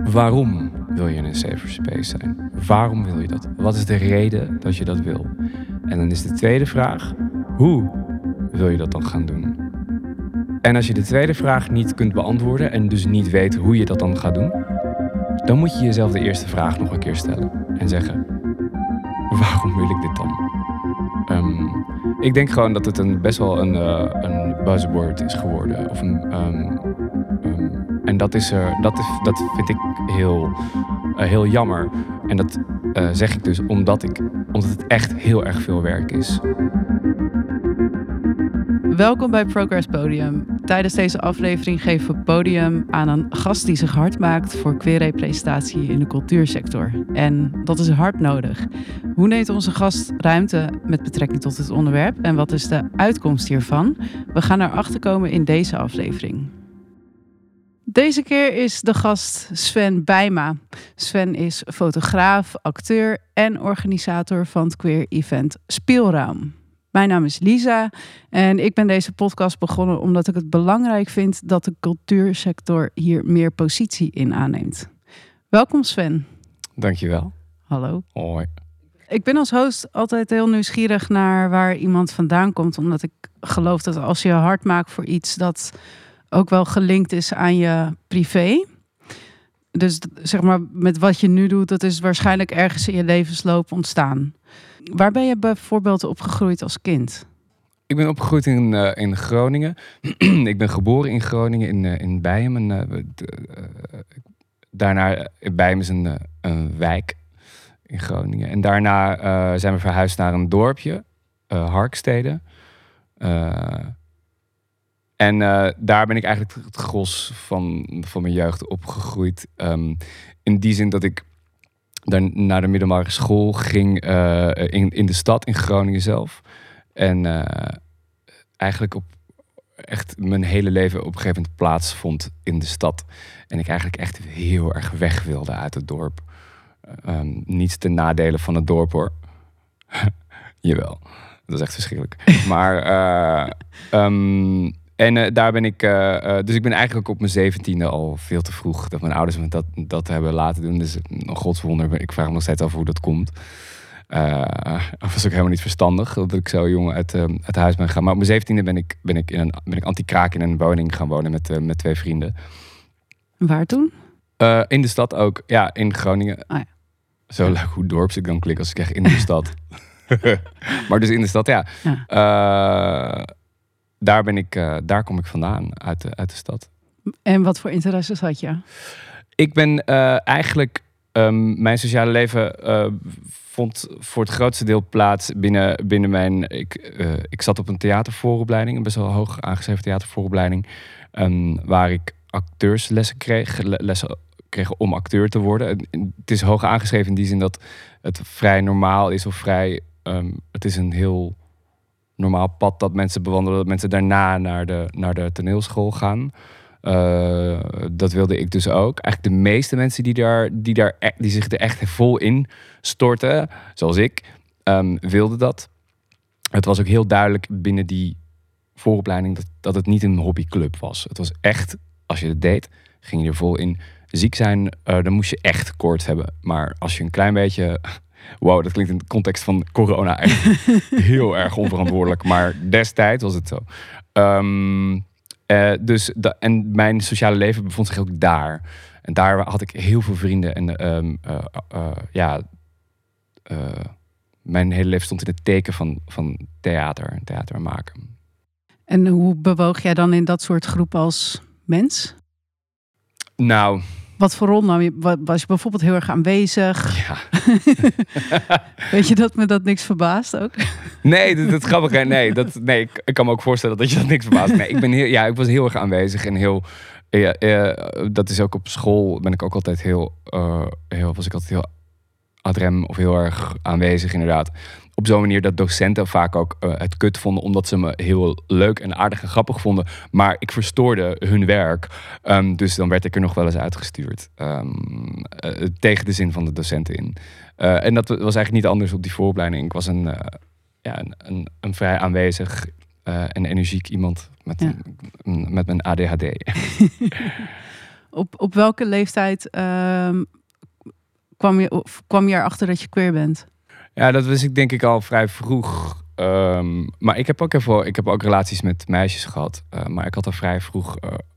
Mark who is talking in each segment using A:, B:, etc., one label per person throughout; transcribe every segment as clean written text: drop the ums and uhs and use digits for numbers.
A: Waarom wil je in een safer space zijn? Waarom wil je dat? Wat is de reden dat je dat wil? En dan is de tweede vraag, hoe wil je dat dan gaan doen? En als je de tweede vraag niet kunt beantwoorden en dus niet weet hoe je dat dan gaat doen, dan moet je jezelf de eerste vraag nog een keer stellen en zeggen, waarom wil ik dit dan? Ik denk gewoon dat het best wel een buzzword is geworden. En dat vind ik heel jammer. En dat zeg ik dus omdat het echt heel erg veel werk is.
B: Welkom bij Progress Podium. Tijdens deze aflevering geven we podium aan een gast die zich hard maakt voor queer-representatie in de cultuursector. En dat is hard nodig. Hoe neemt onze gast ruimte met betrekking tot het onderwerp en wat is de uitkomst hiervan? We gaan erachter komen in deze aflevering. Deze keer is de gast Sven Bijma. Sven is fotograaf, acteur en organisator van het queer-event Spielraum. Mijn naam is Lisa en ik ben deze podcast begonnen omdat ik het belangrijk vind dat de cultuursector hier meer positie in aanneemt. Welkom Sven.
A: Dankjewel.
B: Hallo.
A: Hoi.
B: Ik ben als host altijd heel nieuwsgierig naar waar iemand vandaan komt, omdat ik geloof dat als je je hard maakt voor iets dat ook wel gelinkt is aan je privé. Dus zeg maar met wat je nu doet, dat is waarschijnlijk ergens in je levensloop ontstaan. Waar ben je bijvoorbeeld opgegroeid als kind?
A: Ik ben opgegroeid in Groningen. Ik ben geboren in Groningen, in Beijum. Daarna, Beijum is een wijk in Groningen. En daarna zijn we verhuisd naar een dorpje, Harkstede. En daar ben ik eigenlijk het gros van mijn jeugd opgegroeid. In die zin dat ik dan naar de middelbare school ging in de stad, in Groningen zelf. En eigenlijk echt mijn hele leven op een gegeven moment plaatsvond in de stad. En ik eigenlijk echt heel erg weg wilde uit het dorp. Niets ten nadele van het dorp hoor. Jawel, dat is echt verschrikkelijk. Maar daar ben ik, dus ik ben eigenlijk ook op mijn 17e al veel te vroeg dat mijn ouders me dat hebben laten doen. Dus een godswonder, ik vraag me nog steeds af hoe dat komt. Dat was ook helemaal niet verstandig dat ik zo jong uit huis ben gegaan. Maar op mijn 17e ben ik anti-kraak in een woning gaan wonen met 2 vrienden.
B: Waar toen?
A: In de stad ook, ja, in Groningen.
B: Oh ja.
A: Zo leuk hoe dorps ik dan klik als ik zeg in de stad. Maar dus in de stad, ja. Daar kom ik vandaan, uit de stad.
B: En wat voor interesses had je?
A: Ik ben eigenlijk... mijn sociale leven vond voor het grootste deel plaats binnen mijn... Ik zat op een theatervooropleiding, een best wel hoog aangeschreven theatervooropleiding, waar ik acteurslessen kreeg om acteur te worden. Het is hoog aangeschreven in die zin dat het vrij normaal is of vrij... het is een heel normaal pad dat mensen bewandelen, dat mensen daarna naar de toneelschool gaan. Dat wilde ik dus ook. Eigenlijk de meeste mensen die zich er echt vol in storten, zoals ik, wilden dat. Het was ook heel duidelijk binnen die vooropleiding dat het niet een hobbyclub was. Het was echt, als je het deed, ging je er vol in. Ziek zijn, dan moest je echt koorts hebben. Maar als je een klein beetje... Wow, dat klinkt in de context van corona echt heel erg onverantwoordelijk. Maar destijds was het zo. En mijn sociale leven bevond zich ook daar. En daar had ik heel veel vrienden. En mijn hele leven stond in het teken van theater maken.
B: En hoe bewoog jij dan in dat soort groep als mens?
A: Nou...
B: Wat voor rol nam je? Was je bijvoorbeeld heel erg aanwezig?
A: Ja.
B: Weet je dat me dat niks verbaast ook?
A: Nee, dat is grappig. Nee, ik kan me ook voorstellen dat je dat niks verbaast. Nee, ik was heel erg aanwezig en heel... dat is ook op school ben ik ook altijd was ik altijd heel ad rem of heel erg aanwezig inderdaad. Op zo'n manier dat docenten vaak ook het kut vonden, omdat ze me heel leuk en aardig en grappig vonden. Maar ik verstoorde hun werk. Dus dan werd ik er nog wel eens uitgestuurd. Tegen de zin van de docenten in. En dat was eigenlijk niet anders op die vooropleiding. Ik was een vrij aanwezig en energiek iemand met mijn ADHD.
B: Op welke leeftijd kwam je erachter dat je queer bent?
A: Ja, dat wist ik denk ik al vrij vroeg. Maar ik heb ook relaties met meisjes gehad. Maar ik had al vrij vroeg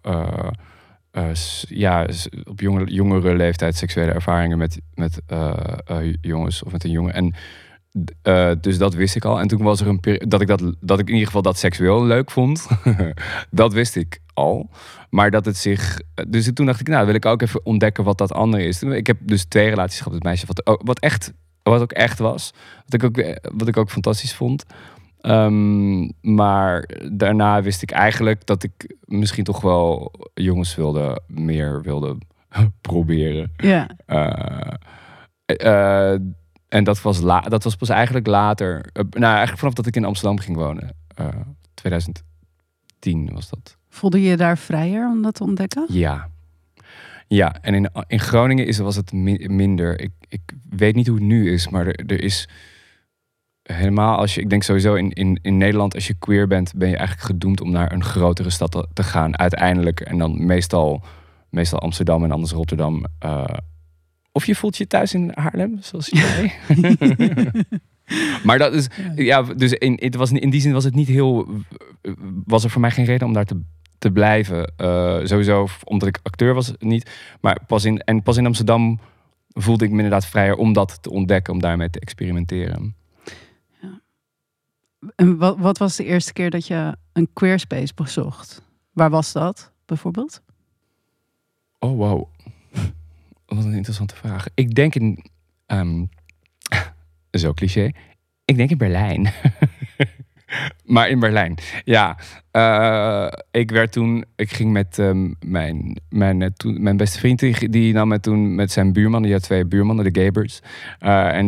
A: op jongere leeftijd seksuele ervaringen met jongens of met een jongen. En dus dat wist ik al. En toen was er een periode dat ik in ieder geval dat seksueel leuk vond. Dat wist ik al. Maar dat het zich... Dus toen dacht ik, nou, wil ik ook even ontdekken wat dat andere is. Ik heb dus 2 relaties gehad met meisjes. Wat ook echt was. Wat ik ook fantastisch vond. Maar daarna wist ik eigenlijk dat ik misschien toch wel jongens meer wilde proberen.
B: Ja.
A: En dat was pas eigenlijk later. Eigenlijk vanaf dat ik in Amsterdam ging wonen. 2010 was dat.
B: Voelde je je daar vrijer om dat te ontdekken?
A: Ja. Ja, en in Groningen was het minder. Ik weet niet hoe het nu is, maar er is helemaal ik denk sowieso in Nederland, als je queer bent, ben je eigenlijk gedoemd om naar een grotere stad te gaan uiteindelijk. En dan meestal Amsterdam en anders Rotterdam. Of je voelt je thuis in Haarlem, zoals jij. Maar dat is, dus in die zin was het niet heel, was er voor mij geen reden om daar te blijven. Sowieso omdat ik acteur was niet. Maar pas in Amsterdam voelde ik me inderdaad vrijer om dat te ontdekken, om daarmee te experimenteren.
B: Ja. En wat was de eerste keer dat je een queer space bezocht? Waar was dat bijvoorbeeld?
A: Oh, wow. Wat een interessante vraag. Ik denk zo cliché. Ik denk in Berlijn. Maar in Berlijn, ja. Ik ging met mijn beste vriend, die nam me toen met zijn buurman. Die had 2 buurmannen, de Gabers. En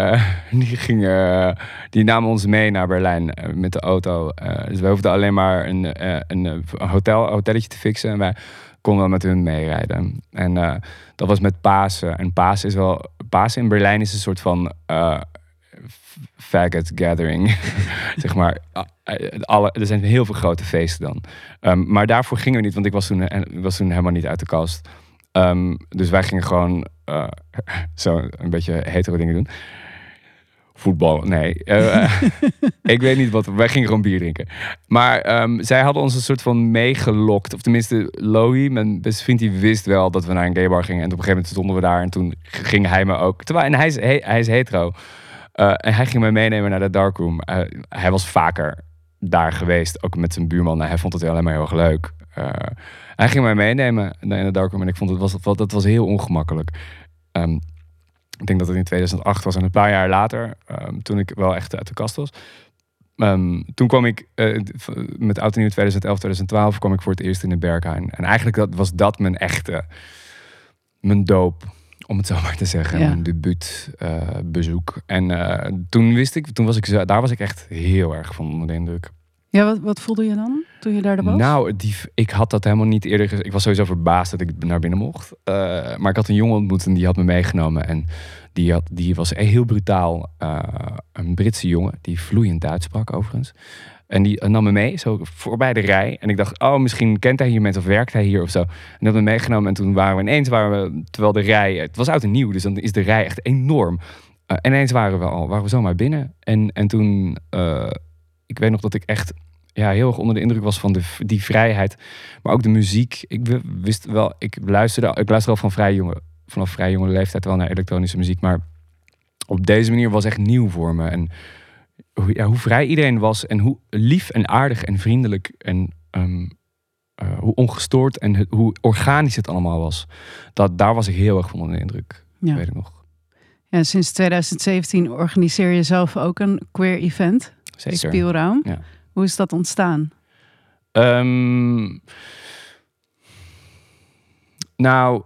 A: die namen ons mee naar Berlijn met de auto. Dus we hoefden alleen maar een hotelletje te fixen. En wij konden dan met hun meerijden. En dat was met Pasen. En Pasen in Berlijn is een soort van faggot gathering. Zeg maar. Er zijn heel veel grote feesten dan. Maar daarvoor gingen we niet, want ik was toen helemaal niet uit de kast. Dus wij gingen gewoon zo een beetje hetero dingen doen. Voetbal, nee. Ik weet niet wat. Wij gingen gewoon bier drinken. Maar zij hadden ons een soort van meegelokt. Of tenminste, Loï, mijn beste vriend, die wist wel dat we naar een gaybar gingen. En op een gegeven moment stonden we daar. En toen ging hij me ook. En hij is hetero. En hij ging me meenemen naar de darkroom. Hij was vaker daar geweest. Ook met zijn buurman. Hij vond het alleen maar heel erg leuk. Hij ging mij meenemen in de darkroom. En ik vond dat was heel ongemakkelijk. Ik denk dat het in 2008 was. En een paar jaar later, toen ik wel echt uit de kast was. Toen kwam ik met Oud en Nieuw 2011, 2012 kwam ik voor het eerst in de Berghain. En eigenlijk was dat mijn doop, om het zo maar te zeggen. Ja. Mijn debuutbezoek. En daar was ik echt heel erg van onder de indruk.
B: Ja, wat voelde je dan toen je daar was?
A: Nou, ik had dat helemaal niet eerder gezien. Ik was sowieso verbaasd dat ik naar binnen mocht. Maar ik had een jongen ontmoet en die had me meegenomen. En die was heel brutaal. Een Britse jongen die vloeiend Duits sprak overigens. En die nam me mee, zo voorbij de rij. En ik dacht, misschien kent hij hier mensen of werkt hij hier of zo. En die had me meegenomen en toen waren we, terwijl de rij... Het was Oud en Nieuw, dus dan is de rij echt enorm. En ineens waren we zomaar binnen. En toen... ik weet nog dat ik echt heel erg onder de indruk was van die vrijheid. Maar ook de muziek. Ik luisterde al vanaf vrij jonge leeftijd wel naar elektronische muziek. Maar op deze manier was echt nieuw voor me. En hoe vrij iedereen was. En hoe lief en aardig en vriendelijk. En hoe ongestoord en hoe organisch het allemaal was. Daar was ik heel erg van onder de indruk.
B: Ja.
A: Weet ik nog.
B: Ja, sinds 2017 organiseer je zelf ook een queer event.
A: Zeker.
B: Speelruim.
A: Ja.
B: Hoe is dat ontstaan?
A: Nou,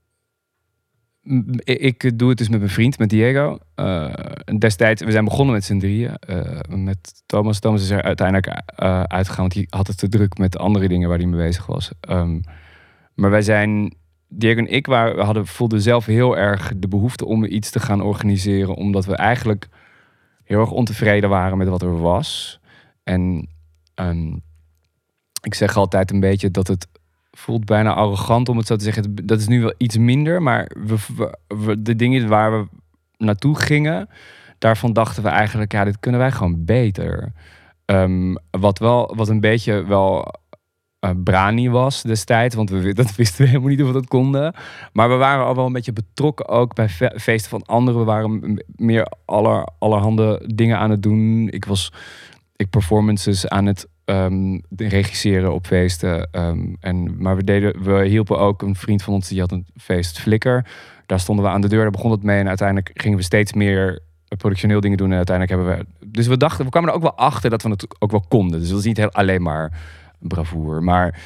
A: ik doe het dus met mijn vriend, met Diego. Destijds, we zijn begonnen met z'n drieën. Met Thomas. Thomas is er uiteindelijk uitgegaan, want hij had het te druk met andere dingen waar hij mee bezig was. Maar Diego en ik voelden zelf heel erg de behoefte om iets te gaan organiseren. Omdat we eigenlijk heel erg ontevreden waren met wat er was. En ik zeg altijd een beetje dat voelt bijna arrogant om het zo te zeggen. Dat is nu wel iets minder, maar de dingen waar we naartoe gingen, daarvan dachten we eigenlijk, ja, dit kunnen wij gewoon beter. Wat een beetje wel brani was destijds, want dat wisten we helemaal niet of we dat konden. Maar we waren al wel een beetje betrokken ook bij feesten van anderen. We waren meer allerhande dingen aan het doen. Ik performances aan het regisseren op feesten. Maar we hielpen ook een vriend van ons, die had een feest, Flikker. Daar stonden we aan de deur, daar begon het mee. En uiteindelijk gingen we steeds meer productioneel dingen doen. En uiteindelijk hebben we... Dus we kwamen er ook wel achter dat we het ook wel konden. Dus dat is niet alleen maar bravoer. Maar...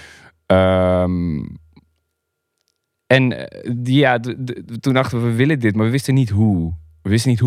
A: toen dachten we willen dit, maar we wisten niet hoe. We wisten niet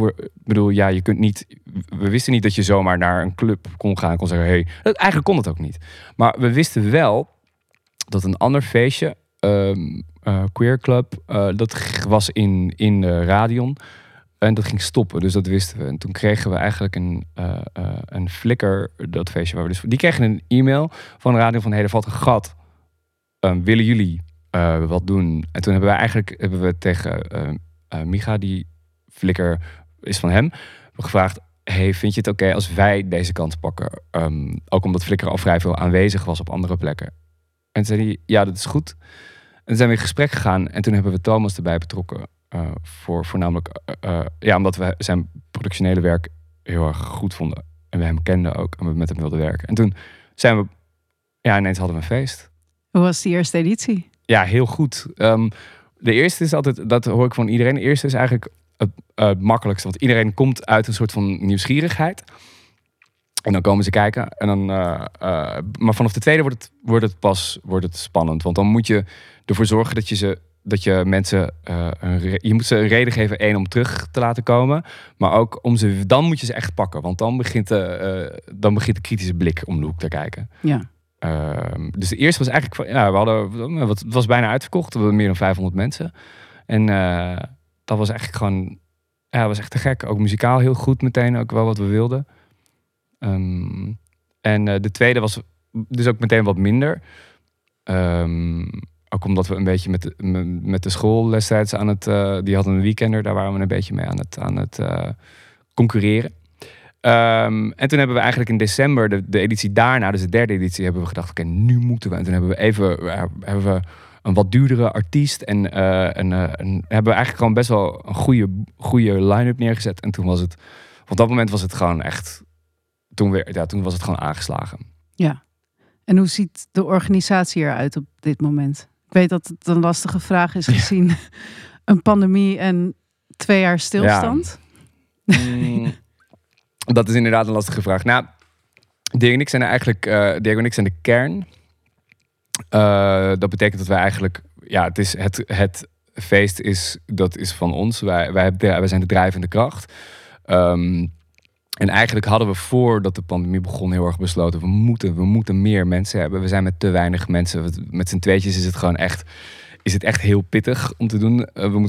A: we wisten niet dat je zomaar naar een club kon gaan en kon zeggen, eigenlijk kon het ook niet. Maar we wisten wel dat een ander feestje, Queer Club, dat was in de Radion. En dat ging stoppen, dus dat wisten we. En toen kregen we eigenlijk een Flikker, dat feestje waar we die kregen een e-mail van de radio van, er valt een gat. Willen jullie wat doen? En toen hebben we tegen Micha, die Flikker is van hem, gevraagd, vind je het oké als wij deze kans pakken? Ook omdat Flikker al vrij veel aanwezig was op andere plekken. En toen zei hij, ja, dat is goed. En toen zijn we in gesprek gegaan en toen hebben we Thomas erbij betrokken. Voornamelijk omdat we zijn productionele werk heel erg goed vonden. En we hem kenden ook en we met hem wilden werken. En toen zijn we... Ja, ineens hadden we een feest.
B: Hoe was die eerste editie?
A: Ja, heel goed. De eerste is altijd, dat hoor ik van iedereen. De eerste is eigenlijk het makkelijkste. Want iedereen komt uit een soort van nieuwsgierigheid. En dan komen ze kijken. En dan, maar vanaf de tweede wordt het spannend. Want dan moet je ervoor zorgen dat je mensen... je moet ze een reden geven, één, om terug te laten komen. Maar ook dan moet je ze echt pakken. Want dan begint de kritische blik om de hoek te kijken.
B: Ja.
A: Dus de eerste was eigenlijk... het was bijna uitverkocht. We hadden meer dan 500 mensen. En dat was eigenlijk gewoon... Ja, dat was echt te gek. Ook muzikaal heel goed meteen. Ook wel wat we wilden. De tweede was dus ook meteen wat minder. Ook omdat we een beetje met de school destijds die hadden een weekender. Daar waren we een beetje mee aan het concurreren. En toen hebben we eigenlijk in december, de editie daarna, dus de derde editie, hebben we gedacht, oké, nu moeten we. En toen hebben we een wat duurdere artiest. En hebben we eigenlijk gewoon best wel een goede line-up neergezet. En toen was het, op dat moment was het gewoon echt, toen was het gewoon aangeslagen.
B: Ja. En hoe ziet de organisatie eruit op dit moment? Ik weet dat het een lastige vraag is gezien een pandemie en 2 jaar stilstand.
A: Ja. Dat is inderdaad een lastige vraag. Nou, Diego en ik zijn de kern. Dat betekent dat wij eigenlijk... Ja, het feest is van ons. Wij zijn de drijvende kracht. En eigenlijk hadden we voordat de pandemie begon heel erg besloten... we moeten meer mensen hebben. We zijn met te weinig mensen. Met z'n tweetjes is het echt heel pittig om te doen.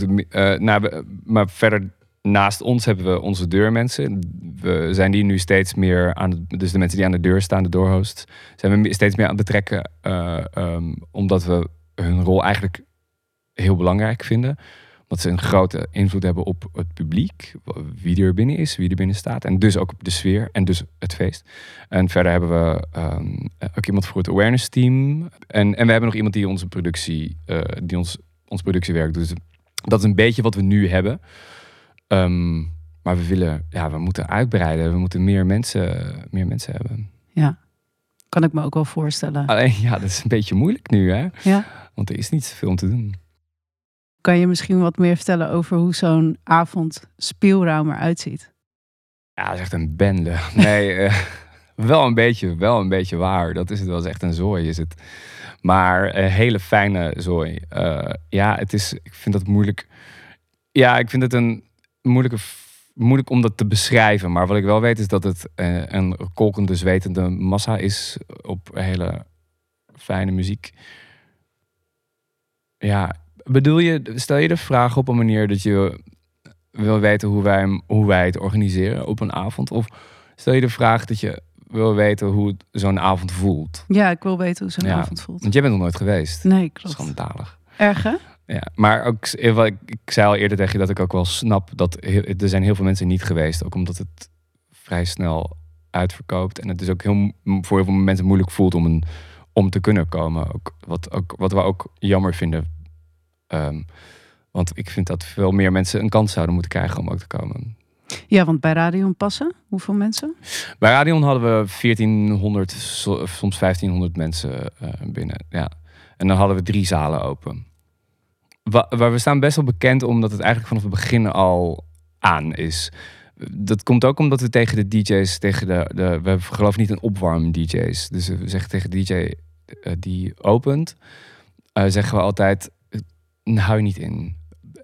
A: Maar verder... Naast ons hebben we onze deurmensen. We zijn die nu steeds meer dus de mensen die aan de deur staan, de doorhosts, zijn we steeds meer aan het betrekken. Omdat we hun rol eigenlijk heel belangrijk vinden. Omdat ze een grote invloed hebben op het publiek. Wie er binnen is, wie er binnen staat. En dus ook op de sfeer en dus het feest. En verder hebben we ook iemand voor het awareness team. En we hebben nog iemand die onze productie, ons productiewerk doet. Dus dat is een beetje wat we nu hebben. Maar we moeten uitbreiden. We moeten meer mensen hebben.
B: Ja, kan ik me ook wel voorstellen.
A: Alleen, ja, dat is een beetje moeilijk nu, hè?
B: Ja.
A: Want er is niet zoveel om te doen.
B: Kan je misschien wat meer vertellen over hoe zo'n avond speelruim eruit ziet?
A: Ja, dat is echt een bende. Nee, wel een beetje waar. Dat is het wel, is echt een zooi is het. Maar een hele fijne zooi. Ik vind dat moeilijk. Ja, ik vind het een moeilijk om dat te beschrijven. Maar wat ik wel weet is dat het een kolkende, zwetende massa is op hele fijne muziek. Ja, stel je de vraag op een manier dat je wil weten hoe wij het organiseren op een avond? Of stel je de vraag wil weten hoe zo'n avond voelt.
B: Ja, ik wil weten hoe zo'n avond voelt.
A: Want jij bent nog nooit geweest.
B: Nee, klopt.
A: Dat is schandalig.
B: Erg, hè?
A: Ja, maar ook, ik zei al eerder tegen je dat ik ook wel snap dat er zijn heel veel mensen niet geweest. Ook omdat het vrij snel uitverkoopt. En het is ook voor heel veel mensen moeilijk voelt om te kunnen komen. Wat we ook jammer vinden. Want ik vind dat veel meer mensen een kans zouden moeten krijgen om ook te komen.
B: Ja, want bij Radion passen, hoeveel mensen?
A: Bij Radion hadden we 1400, soms 1500 mensen binnen. Ja. En dan hadden we 3 zalen open. Waar we staan best wel bekend omdat het eigenlijk vanaf het begin al aan is. Dat komt ook omdat we tegen de DJ's, we hebben geloof ik niet een opwarm DJ's. Dus we zeggen tegen de DJ die opent, zeggen we altijd, hou je niet in.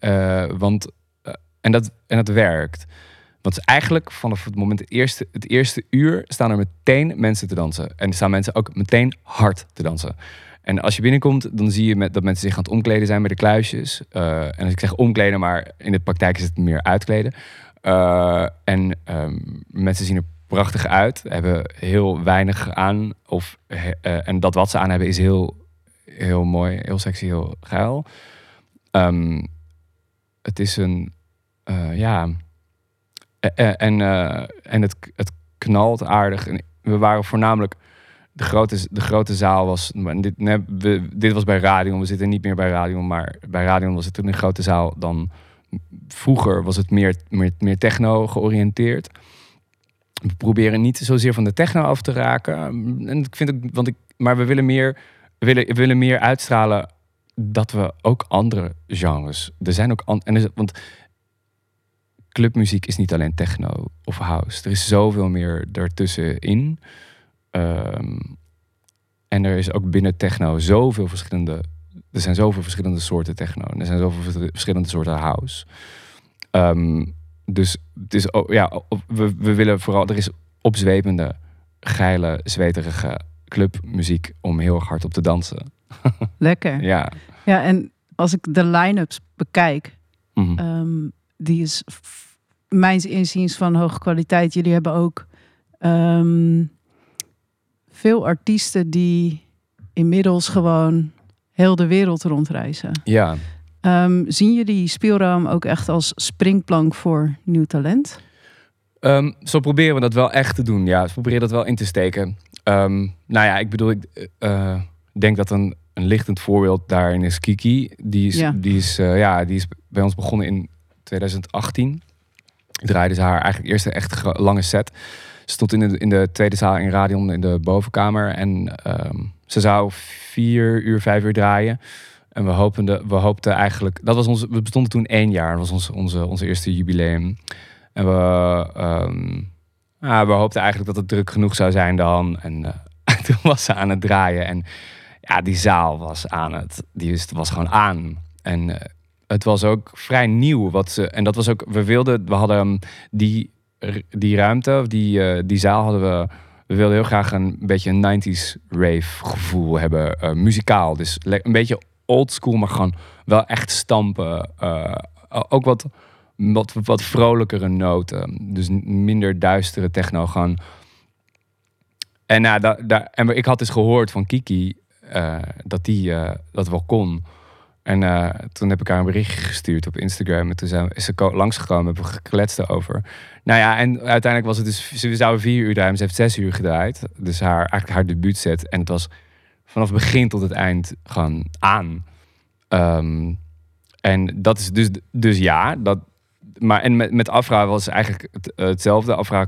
A: En dat werkt. Want eigenlijk vanaf het moment het eerste uur staan er meteen mensen te dansen. En staan mensen ook meteen hard te dansen. En als je binnenkomt, dan zie je dat mensen zich aan het omkleden zijn bij de kluisjes. En als ik zeg omkleden, maar in de praktijk is het meer uitkleden. Mensen zien er prachtig uit, hebben heel weinig aan. En dat wat ze aan hebben is heel, heel mooi, heel sexy, heel geil. Het is een, en het knalt aardig. En we waren voornamelijk, de grote zaal was, dit was bij Radion, we zitten niet meer bij Radion, maar bij Radion was het toen een grote zaal. Dan vroeger was het meer techno georiënteerd. We proberen niet zozeer van de techno af te raken. En ik vind ook, maar we willen meer uitstralen dat we ook andere genres. Er zijn ook want clubmuziek is niet alleen techno of house. Er is zoveel meer daartussenin. En er is ook binnen techno er zijn zoveel verschillende soorten techno. En er zijn zoveel verschillende soorten house. Dus het is, we willen vooral, er is opzwepende, geile, zweterige clubmuziek om heel erg hard op te dansen.
B: Lekker.
A: Ja.
B: Ja, en als ik de line-ups bekijk, die is mijns inziens van hoge kwaliteit. Jullie hebben ook veel artiesten die inmiddels gewoon heel de wereld rondreizen.
A: Ja.
B: Zien jullie speelruim ook echt als springplank voor nieuw talent?
A: Zo proberen we dat wel echt te doen. Ja, we proberen dat wel in te steken. Ik bedoel, ik denk dat een lichtend voorbeeld daarin is Kiki. Die is bij ons begonnen in 2018. Draaide ze haar eigenlijk eerste echt lange set. Ze stond in de tweede zaal in Radion in de bovenkamer. En ze zou 4 uur, 5 uur draaien. En we hoopten eigenlijk... we bestonden toen 1 jaar. Dat was onze eerste jubileum. En we hoopten eigenlijk dat het druk genoeg zou zijn dan. En toen was ze aan het draaien. En ja, die zaal was was gewoon aan. En het was ook vrij nieuw. En dat was ook... We hadden die ruimte, die zaal hadden we... We wilden heel graag een beetje een 90s rave gevoel hebben. Muzikaal. Dus een beetje old school, maar gewoon wel echt stampen. Ook wat vrolijkere noten. Dus minder duistere techno. Gewoon. En, ik had dus gehoord van Kiki dat die dat wel kon. En toen heb ik haar een berichtje gestuurd op Instagram. En toen is ze langsgekomen, hebben we gekletst over. Nou ja, en uiteindelijk was het dus... Ze zouden 4 uur draaien, ze heeft 6 uur gedraaid. Dus eigenlijk haar debuutset. En het was vanaf begin tot het eind gewoon aan. En dat is dus ja. En met Afra was eigenlijk hetzelfde. Afra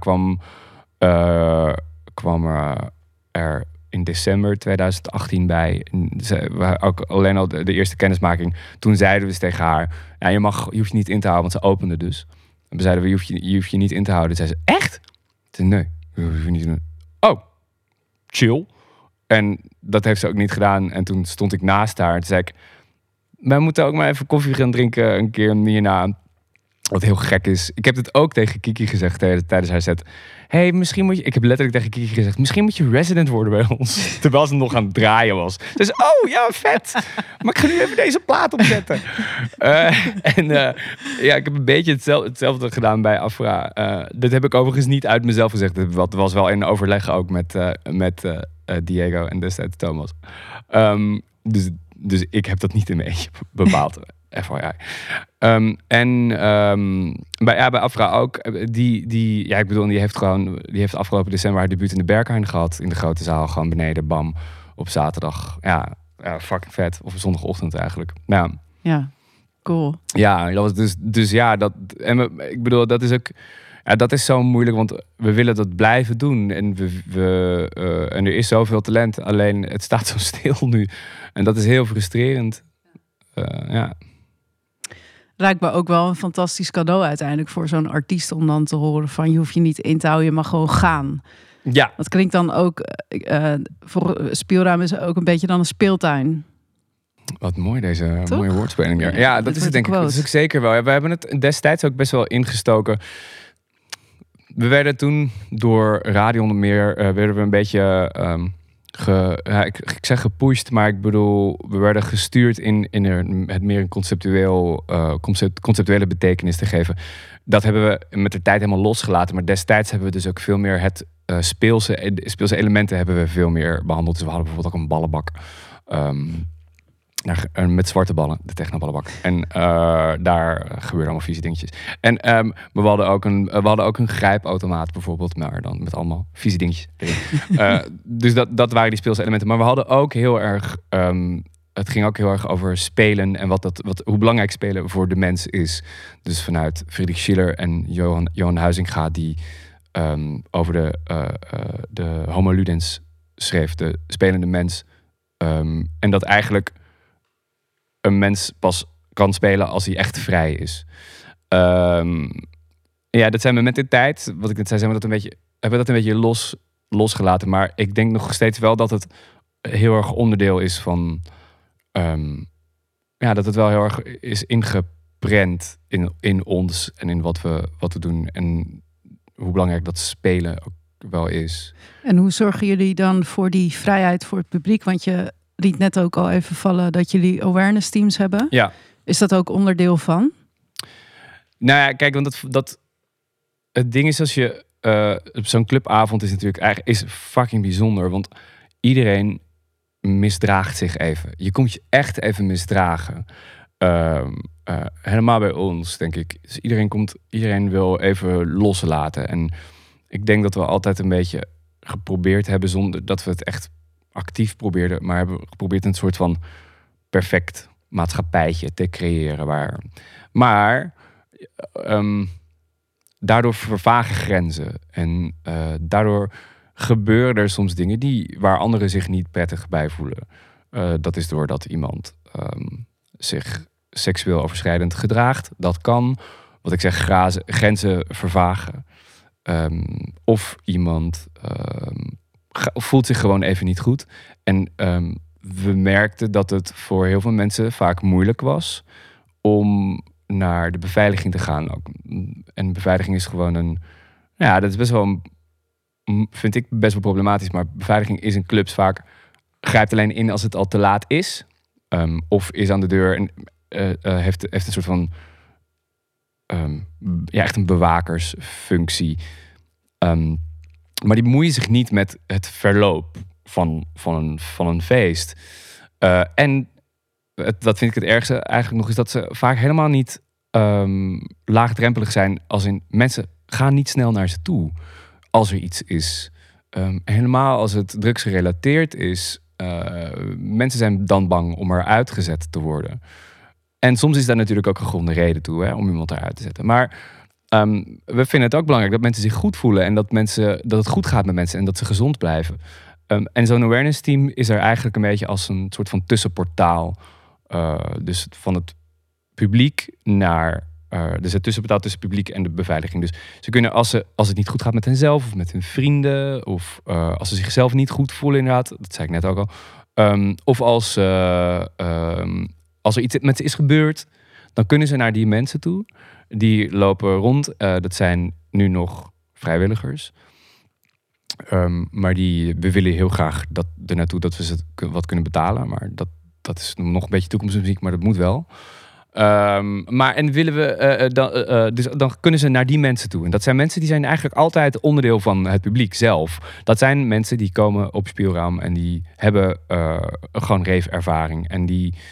A: kwam er in december 2018 bij. Ook alleen al de eerste kennismaking. Toen zeiden we dus tegen haar... Ja, je hoeft je niet in te houden, want ze opende dus. En we zeiden, je hoeft je niet in te houden. Toen zei ze, echt? Toen nee, we hoeven niet te doen. Oh, chill. En dat heeft ze ook niet gedaan. En toen stond ik naast haar en toen zei ik... Wij moeten ook maar even koffie gaan drinken een keer hierna. Wat heel gek is. Ik heb het ook tegen Kiki gezegd tijdens haar set. Hey, misschien moet je... Ik heb letterlijk tegen Kiki gezegd... Misschien moet je resident worden bij ons. Terwijl ze nog aan het draaien was. Dus, oh ja, vet. Maar ik ga nu even deze plaat opzetten. Ik heb een beetje hetzelfde gedaan bij Afra. Dat heb ik overigens niet uit mezelf gezegd. Dat was wel in overleg ook met Diego en destijds Thomas. Dus ik heb dat niet in mijn eentje bepaald. FYI. Bij Afra ook. Die heeft afgelopen december haar debuut in de Berghain gehad. In de grote zaal, gewoon beneden, bam. Op zaterdag. Ja, fucking vet. Of zondagochtend eigenlijk.
B: Ja, cool.
A: Ja, dat was dus ja, dat... ik bedoel, dat is ook... Ja, dat is zo moeilijk, want we willen dat blijven doen. En, en er is zoveel talent. Alleen, het staat zo stil nu. En dat is heel frustrerend. Ja.
B: Lijkt me ook wel een fantastisch cadeau uiteindelijk voor zo'n artiest om dan te horen van je hoeft je niet in te houden, je mag gewoon gaan.
A: Ja.
B: Dat klinkt dan ook, voor Spielruim is ook een beetje dan een speeltuin.
A: Wat mooi deze mooie woordspeling. Ja, dat is het denk ik. Dat is ook zeker wel. Ja, we hebben het destijds ook best wel ingestoken. We werden toen door Radio onder meer, werden we een beetje... ik zeg gepusht, maar ik bedoel, we werden gestuurd in het meer een conceptuele betekenis te geven. Dat hebben we met de tijd helemaal losgelaten, maar destijds hebben we dus ook veel meer het speelse elementen hebben we veel meer behandeld. Dus we hadden bijvoorbeeld ook een ballenbak. Met zwarte ballen, de technoballenbak. En daar gebeurden allemaal vieze dingetjes. En we hadden ook een grijpautomaat bijvoorbeeld, maar dan met allemaal vieze dingetjes erin. Dus dat waren die speelse elementen. Maar we hadden ook heel erg... het ging ook heel erg over spelen en hoe belangrijk spelen voor de mens is. Dus vanuit Friedrich Schiller en Johan Huizinga, die over de Homo Ludens schreef, de spelende mens. En dat eigenlijk een mens pas kan spelen als hij echt vrij is. Dat zijn we met de tijd, wat ik net zei, hebben we dat een beetje losgelaten. Maar ik denk nog steeds wel dat het heel erg onderdeel is van... dat het wel heel erg is ingeprent in ons en in wat we doen. En hoe belangrijk dat spelen ook wel is.
B: En hoe zorgen jullie dan voor die vrijheid voor het publiek? Want je liet net ook al even vallen dat jullie awareness teams hebben.
A: Ja.
B: Is dat ook onderdeel van?
A: Nou ja, kijk, want het ding is als je... zo'n clubavond is natuurlijk is fucking bijzonder. Want iedereen misdraagt zich even. Je komt je echt even misdragen. Helemaal bij ons, denk ik. Dus iedereen wil even loslaten. En ik denk dat we altijd een beetje geprobeerd hebben, zonder dat we het echt actief probeerden, maar hebben geprobeerd een soort van perfect maatschappijtje te creëren. Maar daardoor vervagen grenzen. En daardoor gebeuren er soms dingen waar anderen zich niet prettig bij voelen. Dat is doordat iemand zich seksueel overschrijdend gedraagt. Dat kan, wat ik zeg, grenzen vervagen. Of iemand voelt zich gewoon even niet goed. En we merkten dat het voor heel veel mensen vaak moeilijk was om naar de beveiliging te gaan. En beveiliging is gewoon dat is best wel vind ik best wel problematisch. Maar beveiliging is in clubs vaak grijpt alleen in als het al te laat is. Of is aan de deur en heeft een soort van echt een bewakersfunctie. Maar die bemoeien zich niet met het verloop van een feest. En dat vind ik het ergste eigenlijk nog, is dat ze vaak helemaal niet laagdrempelig zijn. Als in, mensen gaan niet snel naar ze toe als er iets is. Helemaal als het drugsgerelateerd is. Mensen zijn dan bang om eruit gezet te worden. En soms is daar natuurlijk ook een gegronde reden toe, om iemand eruit te zetten. Maar we vinden het ook belangrijk dat mensen zich goed voelen. En dat het goed gaat met mensen en dat ze gezond blijven. En zo'n awareness team is er eigenlijk een beetje als een soort van tussenportaal. Dus van het publiek naar... dus het tussenportaal tussen het publiek en de beveiliging. Dus ze kunnen, als het niet goed gaat met henzelf of met hun vrienden, of als ze zichzelf niet goed voelen inderdaad, dat zei ik net ook al. Of als er iets met ze is gebeurd, dan kunnen ze naar die mensen toe. Die lopen rond. Dat zijn nu nog vrijwilligers. Maar we willen heel graag er naartoe dat we ze wat kunnen betalen. Maar dat is nog een beetje toekomstmuziek, maar dat moet wel. En willen we, dus dan kunnen ze naar die mensen toe. En dat zijn mensen die zijn eigenlijk altijd onderdeel van het publiek zelf. Dat zijn mensen die komen op Spielraum en die hebben gewoon rave-ervaring. En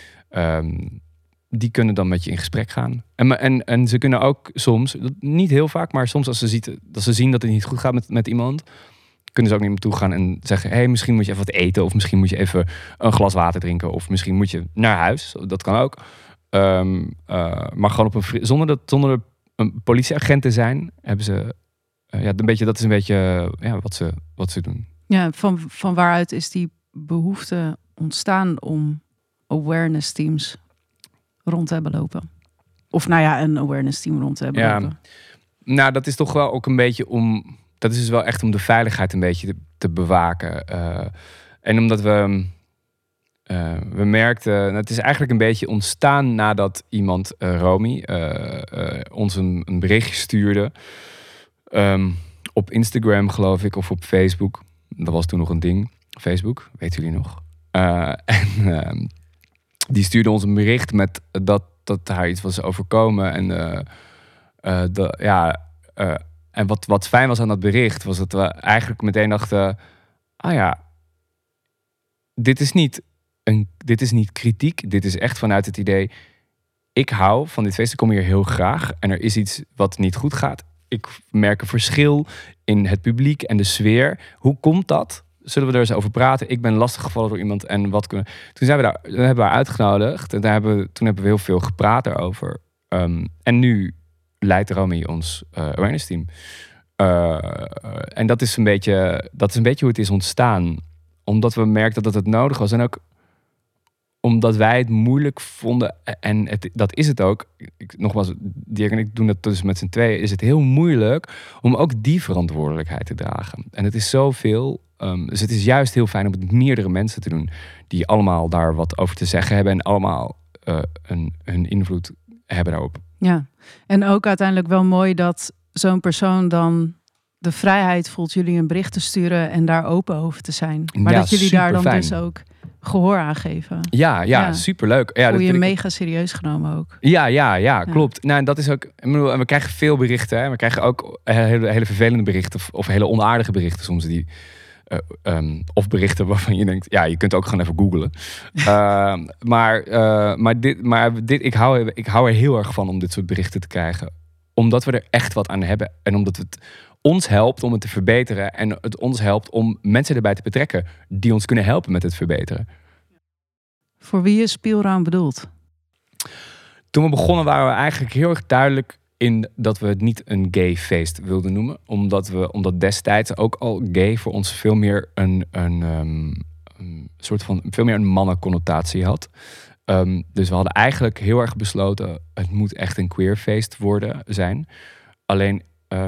A: die kunnen dan met je in gesprek gaan. En ze kunnen ook soms, niet heel vaak, maar soms als ze zien dat het niet goed gaat met iemand, kunnen ze ook niet naartoe gaan en zeggen, hey, misschien moet je even wat eten, of misschien moet je even een glas water drinken, of misschien moet je naar huis. Dat kan ook. Maar gewoon zonder een politieagent te zijn, hebben ze dat is een beetje wat ze doen.
B: Ja, van waaruit is die behoefte ontstaan om awareness teams rond te hebben lopen? Of een awareness team rond te hebben lopen?
A: Nou, dat is toch wel ook een beetje dat is dus wel echt om de veiligheid een beetje te bewaken. En omdat we merkten, het is eigenlijk een beetje ontstaan nadat iemand, Romy, ons een berichtje stuurde. Op Instagram, geloof ik, of op Facebook. Dat was toen nog een ding. Facebook, weten jullie nog? Die stuurde ons een bericht met dat haar iets was overkomen. En wat fijn was aan dat bericht, was dat we eigenlijk meteen dachten, dit is niet kritiek. Dit is echt vanuit het idee, ik hou van dit feest, ik kom hier heel graag. En er is iets wat niet goed gaat. Ik merk een verschil in het publiek en de sfeer. Hoe komt dat? Zullen we er eens over praten? Ik ben lastiggevallen door iemand en wat kunnen we... Toen hebben we haar uitgenodigd en toen hebben we heel veel gepraat erover. En nu leidt Romy ons awareness team. En dat is een beetje hoe het is ontstaan. Omdat we merkten dat het nodig was. En ook omdat wij het moeilijk vonden. En dat is het ook. Nogmaals, Dirk en ik doen dat dus met z'n tweeën. Is het heel moeilijk om ook die verantwoordelijkheid te dragen. En het is zoveel. Dus het is juist heel fijn om het met meerdere mensen te doen. Die allemaal daar wat over te zeggen hebben. En allemaal hun invloed hebben daarop.
B: Ja, en ook uiteindelijk wel mooi dat zo'n persoon dan de vrijheid voelt jullie een bericht te sturen en daar open over te zijn. Maar dat jullie daar dan dus ook gehoor aan geven.
A: Ja, superleuk. Ja,
B: voel je mega serieus genomen ook.
A: Ja, klopt. Nou, en dat is ook. We krijgen veel berichten. Hè. We krijgen ook hele vervelende berichten of hele onaardige berichten soms die. Of berichten waarvan je denkt, je kunt ook gewoon even googlen. Ik hou er heel erg van om dit soort berichten te krijgen. Omdat we er echt wat aan hebben. En omdat het ons helpt om het te verbeteren. En het ons helpt om mensen erbij te betrekken die ons kunnen helpen met het verbeteren.
B: Voor wie is Spielraum bedoeld?
A: Toen we begonnen waren we eigenlijk heel erg duidelijk in dat we het niet een gay feest wilden noemen. Omdat destijds ook al gay voor ons veel meer een soort van veel meer een mannenconnotatie had. Dus we hadden eigenlijk heel erg besloten, het moet echt een queer feest zijn. Alleen,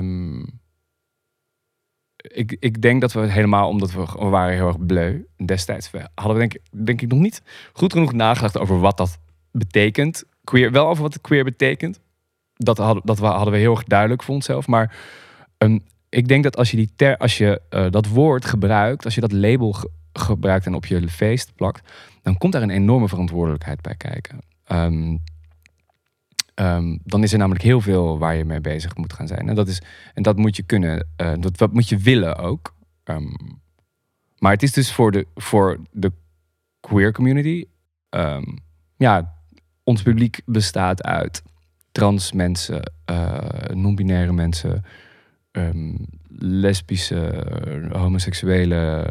A: ik denk dat we het helemaal, omdat we waren heel erg bleu destijds. Hadden we denk ik nog niet goed genoeg nagedacht over wat dat betekent. Queer, wel over wat het queer betekent. Dat hadden we heel erg duidelijk voor onszelf. Maar ik denk dat als je dat woord gebruikt, als je dat label gebruikt en op je feest plakt, dan komt daar een enorme verantwoordelijkheid bij kijken. Dan is er namelijk heel veel waar je mee bezig moet gaan zijn. En dat moet je kunnen, dat moet je willen ook. Maar het is dus voor de queer community. Ons publiek bestaat uit trans mensen, non-binaire mensen, lesbische, homoseksuele,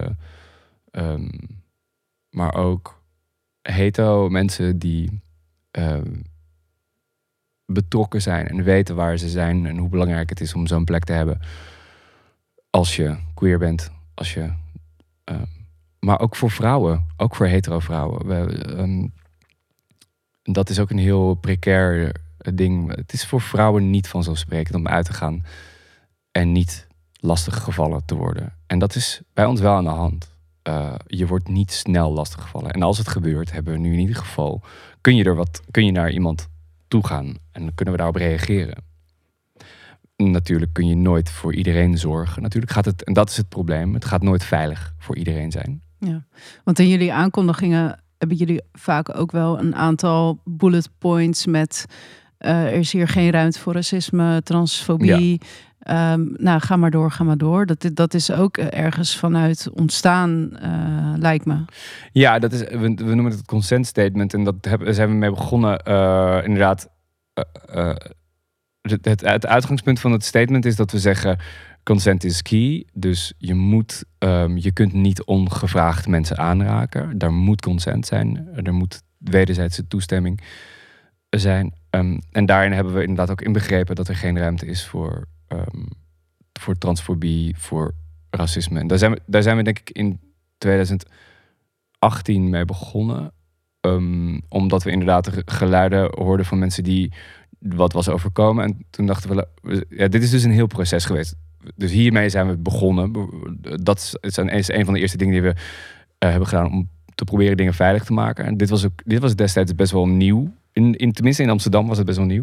A: maar ook hetero mensen die betrokken zijn en weten waar ze zijn en hoe belangrijk het is om zo'n plek te hebben als je queer bent, maar ook voor vrouwen, ook voor hetero vrouwen. Dat is ook een heel precair ding. Het is voor vrouwen niet vanzelfsprekend om uit te gaan en niet lastig gevallen te worden. En dat is bij ons wel aan de hand. Je wordt niet snel lastig gevallen. En als het gebeurt, hebben we nu in ieder geval, kun je naar iemand toe gaan en dan kunnen we daarop reageren. natuurlijk kun je nooit voor iedereen zorgen. Natuurlijk gaat het, en dat is het probleem, het gaat nooit veilig voor iedereen zijn.
B: Ja, want in jullie aankondigingen hebben jullie vaak ook wel een aantal bullet points met er is hier geen ruimte voor racisme, transfobie. Nou, ga maar door. Dat is ook ergens vanuit ontstaan, lijkt me.
A: Ja, dat is, we noemen het consent statement. En zijn we mee begonnen. Inderdaad, het uitgangspunt van het statement is dat we zeggen, consent is key. Dus je kunt niet ongevraagd mensen aanraken. Daar moet consent zijn. Er moet wederzijdse toestemming zijn. En daarin hebben we inderdaad ook inbegrepen dat er geen ruimte is voor transfobie, voor racisme. En daar zijn we denk ik in 2018 mee begonnen. Omdat we inderdaad geluiden hoorden van mensen die wat was overkomen. En toen dachten we, dit is dus een heel proces geweest. Dus hiermee zijn we begonnen. Dat is een van de eerste dingen die we hebben gedaan om te proberen dingen veilig te maken. En dit was destijds best wel nieuw. Tenminste in Amsterdam was het best wel nieuw.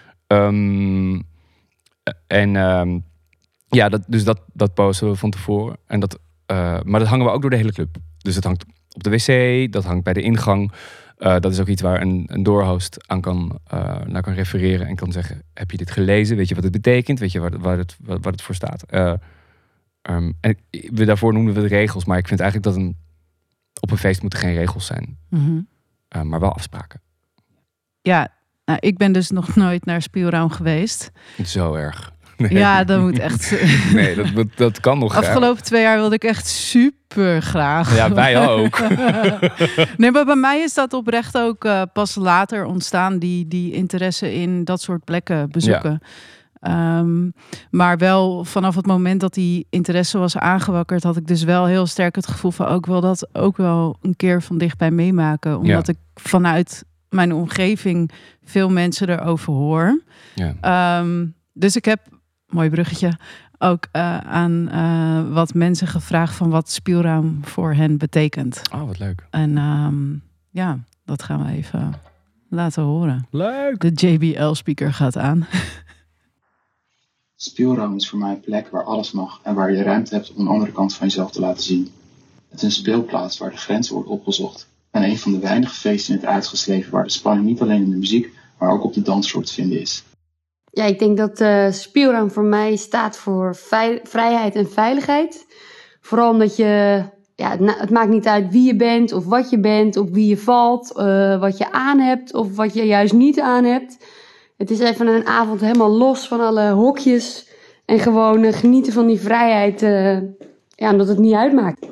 A: Dat posten we van tevoren. Maar dat hangen we ook door de hele club. Dus het hangt op de wc, dat hangt bij de ingang. Dat is ook iets waar een doorhost naar kan refereren en kan zeggen, heb je dit gelezen? Weet je wat het betekent? Weet je waar het voor staat? Daarvoor noemden we het regels, maar ik vind eigenlijk dat op een feest moeten geen regels zijn.
B: Mm-hmm.
A: Maar wel afspraken.
B: Ja, nou, ik ben dus nog nooit naar Spielraum geweest.
A: Zo erg.
B: Nee. Ja, dat moet echt...
A: Nee, dat kan nog.
B: Afgelopen 2 jaar wilde ik echt super graag.
A: Ja, wij ook.
B: Nee, maar bij mij is dat oprecht ook pas later ontstaan, die interesse in dat soort plekken bezoeken. Ja. Maar wel vanaf het moment dat die interesse was aangewakkerd, had ik dus wel heel sterk het gevoel van ook wel dat ook wel een keer van dichtbij meemaken. Omdat ik vanuit mijn omgeving veel mensen erover hoor. Ja. Dus ik heb, mooi bruggetje, ook aan wat mensen gevraagd van wat Spielraum voor hen betekent.
A: Oh, wat leuk.
B: En dat gaan we even laten horen.
A: Leuk.
B: De JBL-speaker gaat aan.
C: Spielraum is voor mij een plek waar alles mag en waar je ruimte hebt om een andere kant van jezelf te laten zien. Het is een speelplaats waar de grenzen wordt opgezocht. En een van de weinige feesten in het uitgeschreven waar de spanning niet alleen in de muziek, maar ook op de dansvloer te vinden is.
D: Ja, ik denk dat Spielraum voor mij staat voor vrijheid en veiligheid. Vooral omdat het maakt niet uit wie je bent of wat je bent, op wie je valt, wat je aan hebt of wat je juist niet aan hebt. Het is even een avond helemaal los van alle hokjes en gewoon genieten van die vrijheid, omdat het niet uitmaakt.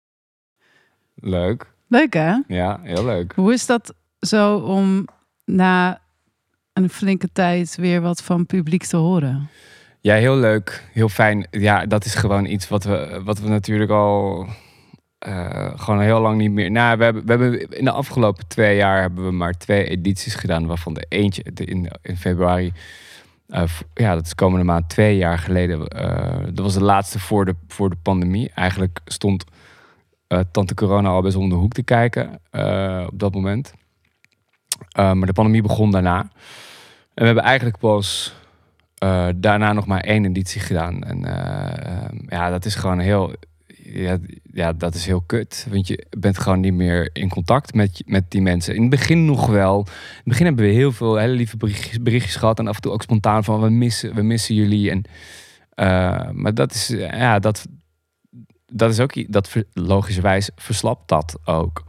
A: Leuk.
B: Leuk, hè?
A: Ja, heel leuk.
B: Hoe is dat zo om na een flinke tijd weer wat van publiek te horen?
A: Ja, heel leuk. Heel fijn. Ja, dat is gewoon iets wat we natuurlijk al gewoon heel lang niet meer... Nou, we hebben in de afgelopen 2 jaar hebben we maar 2 edities gedaan, waarvan de eentje in februari... dat is komende maand 2 jaar geleden. Dat was de laatste voor de pandemie. Eigenlijk stond Tante Corona al best om de hoek te kijken op dat moment. Maar de pandemie begon daarna. En we hebben eigenlijk pas daarna nog maar 1 editie gedaan. En dat is gewoon heel... Ja, dat is heel kut. Want je bent gewoon niet meer in contact met die mensen. In het begin nog wel. In het begin hebben we heel veel hele lieve berichtjes gehad. En af en toe ook spontaan van we missen jullie. En, maar dat is... dat is ook... logischerwijs verslapt dat ook.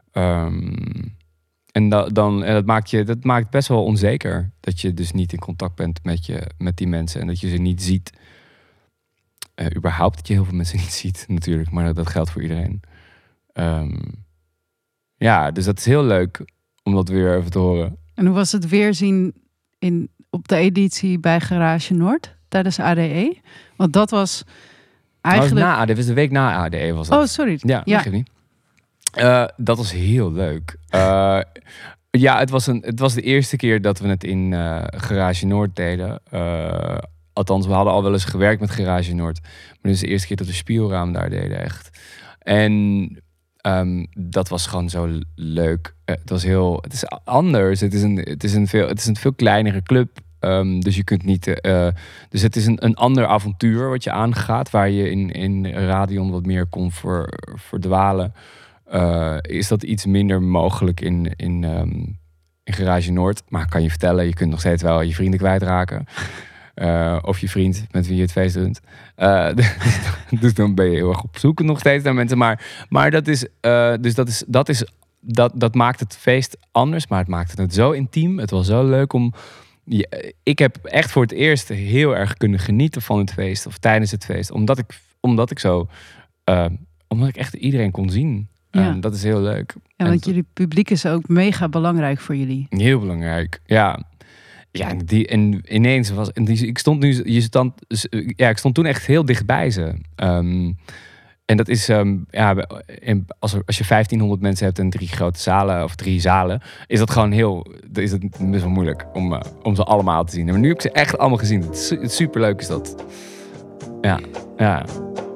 A: En dat maakt best wel onzeker. Dat je dus niet in contact bent met die mensen. En dat je ze niet ziet. Überhaupt dat je heel veel mensen niet ziet natuurlijk. Maar dat geldt voor iedereen. Dus dat is heel leuk om dat weer even te horen.
B: En hoe was het weerzien op de editie bij Garage Noord tijdens ADE? Want dat was eigenlijk...
A: na ADE, dat was de week na ADE was dat.
B: Oh, sorry.
A: Ja. Geef niet. Dat was heel leuk. Het was de eerste keer dat we het in Garage Noord deden. Althans, we hadden al wel eens gewerkt met Garage Noord. Maar dit is de eerste keer dat we Spielraum daar deden, echt. En dat was gewoon zo leuk. Het is anders. Het is een veel kleinere club. Dus je kunt niet. Dus het is een ander avontuur wat je aangaat, waar je in Radion wat meer kon verdwalen. Is dat iets minder mogelijk in Garage Noord. Maar kan je vertellen, je kunt nog steeds wel je vrienden kwijtraken. Of je vriend met wie je het feest doet. Dus dan ben je heel erg op zoek nog steeds naar mensen. Maar dat maakt het feest anders. Maar het maakte het zo intiem. Het was zo leuk om... Ik heb echt voor het eerst heel erg kunnen genieten van het feest. Of tijdens het feest. Omdat ik echt iedereen kon zien.
B: Ja.
A: Dat is heel leuk.
B: Ja, want jullie publiek is ook mega belangrijk voor jullie.
A: Heel belangrijk, ja. Ja, en ineens was... Ik stond toen echt heel dichtbij ze. En dat is... als je 1500 mensen hebt en 3 grote zalen... of 3 zalen... is dat gewoon is het best wel moeilijk om ze allemaal te zien. Maar nu heb ik ze echt allemaal gezien. Het is superleuk is dat. Ja.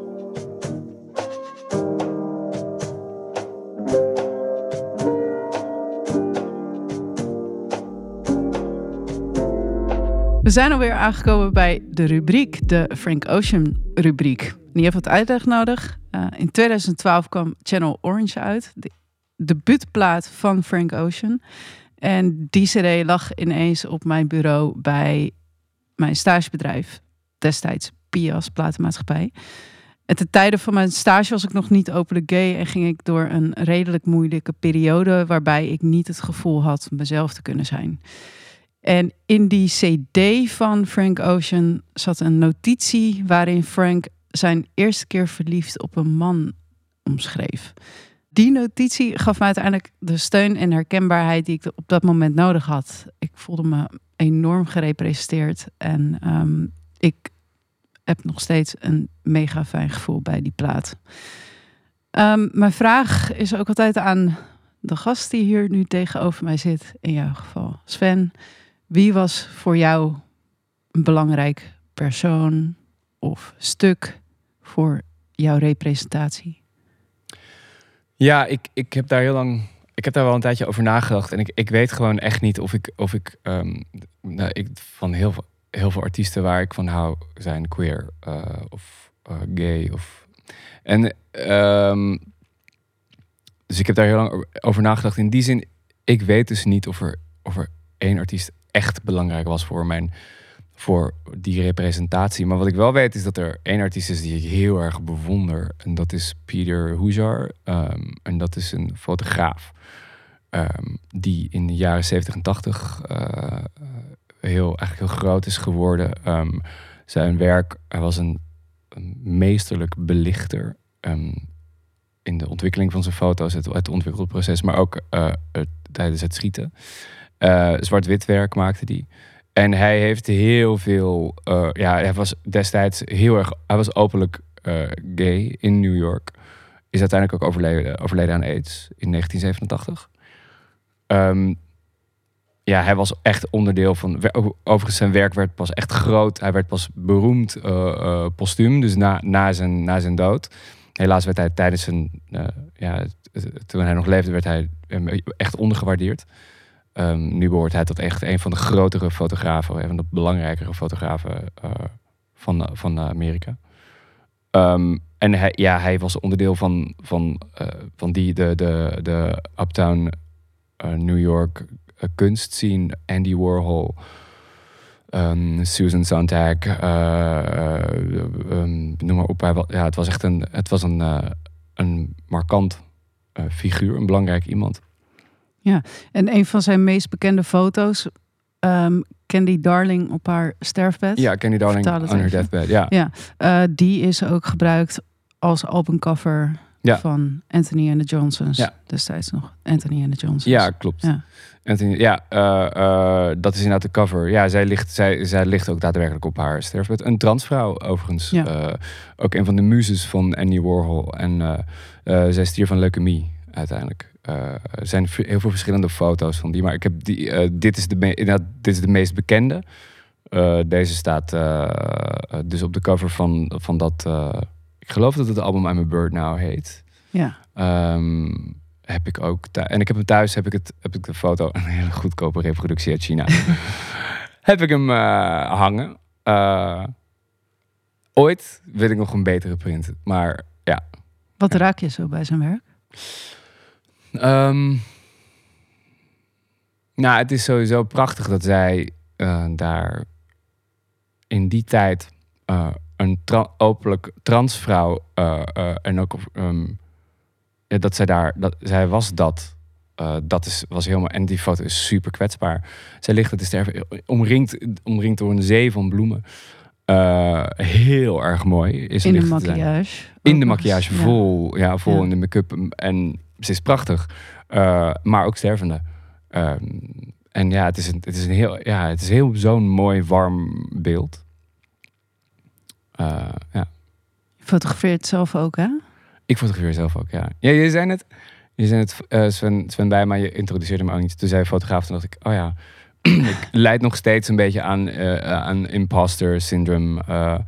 B: We zijn alweer aangekomen bij de rubriek, de Frank Ocean rubriek. En die heeft wat uitleg nodig. In 2012 kwam Channel Orange uit, de debuutplaat van Frank Ocean. En die cd lag ineens op mijn bureau bij mijn stagebedrijf, destijds Pias Platenmaatschappij. En ten tijde van mijn stage was ik nog niet openlijk gay en ging ik door een redelijk moeilijke periode waarbij ik niet het gevoel had mezelf te kunnen zijn. En in die cd van Frank Ocean zat een notitie waarin Frank zijn eerste keer verliefd op een man omschreef. Die notitie gaf me uiteindelijk de steun en herkenbaarheid die ik op dat moment nodig had. Ik voelde me enorm gerepresenteerd en ik heb nog steeds een mega fijn gevoel bij die plaat. Mijn vraag is ook altijd aan de gast die hier nu tegenover mij zit, in jouw geval Sven. Wie was voor jou een belangrijk persoon of stuk voor jouw representatie?
A: Ja, ik heb daar wel een tijdje over nagedacht. En ik weet gewoon echt niet of ik van heel veel artiesten waar ik van hou zijn queer of gay. Dus ik heb daar heel lang over nagedacht. In die zin, ik weet dus niet of er één artiest echt belangrijk was voor die representatie. Maar wat ik wel weet is dat er één artiest is die ik heel erg bewonder. En dat is Peter Hujar. En dat is een fotograaf. Die in de jaren 70 en 80 heel groot is geworden. Zijn werk, hij was een meesterlijk belichter. In de ontwikkeling van zijn foto's, het ontwikkelproces. Maar ook tijdens het schieten. Zwart-wit werk maakte hij. En hij heeft heel veel... hij was destijds hij was openlijk gay in New York. Is uiteindelijk ook overleden aan AIDS in 1987. Hij was echt onderdeel van... Overigens, zijn werk werd pas echt groot. Hij werd pas beroemd postuum, dus na zijn dood. Helaas werd hij tijdens toen hij nog leefde, werd hij echt ondergewaardeerd. Nu behoort hij tot echt een van de grotere fotografen, een van de belangrijkere fotografen van Amerika. En hij was onderdeel van de Uptown New York kunstscene, Andy Warhol, Susan Sontag, noem maar op. Het was echt een markant figuur, een belangrijk iemand.
B: Ja, en een van zijn meest bekende foto's, Candy Darling op haar sterfbed.
A: Ja, Candy Darling on her deathbed, ja.
B: Die is ook gebruikt als albumcover van Anthony and the Johnsons. Ja. Destijds nog Anthony and the Johnsons.
A: Ja, klopt. Ja. Anthony, dat is inderdaad de cover. Ja, zij ligt ook daadwerkelijk op haar sterfbed. Een transvrouw overigens. Ja. Ook een van de muzes van Andy Warhol. En zij stierf van leukemie uiteindelijk. Er zijn heel veel verschillende foto's van die. Maar ik heb dit is de meest bekende. Deze staat dus op de cover van dat... ik geloof dat het album I'm a Bird Now heet.
B: Ja.
A: Heb ik ook en ik heb hem thuis, heb ik de foto, een hele goedkope reproductie uit China. heb ik hem hangen. Ooit wil ik nog een betere print. Maar ja.
B: Wat raak je zo bij zijn werk?
A: Nou, het is sowieso prachtig dat zij daar in die tijd een openlijk transvrouw en ook dat zij daar, zij was dat. Was helemaal, en die foto is super kwetsbaar. Zij ligt te sterven, omringd door een zee van bloemen. Heel erg mooi is
B: in de maquillage.
A: In de maquillage, vol in de make-up. En ze is prachtig, maar ook stervende. En ja, het is heel zo'n mooi warm beeld. Ja.
B: Je fotografeert zelf ook, hè?
A: Ik fotografeer zelf ook, ja. Ja, je zei het, Sven Bijma, je introduceerde me ook niet. Toen zei fotograaf, toen dacht ik, oh ja, ik leid nog steeds een beetje aan imposter syndrome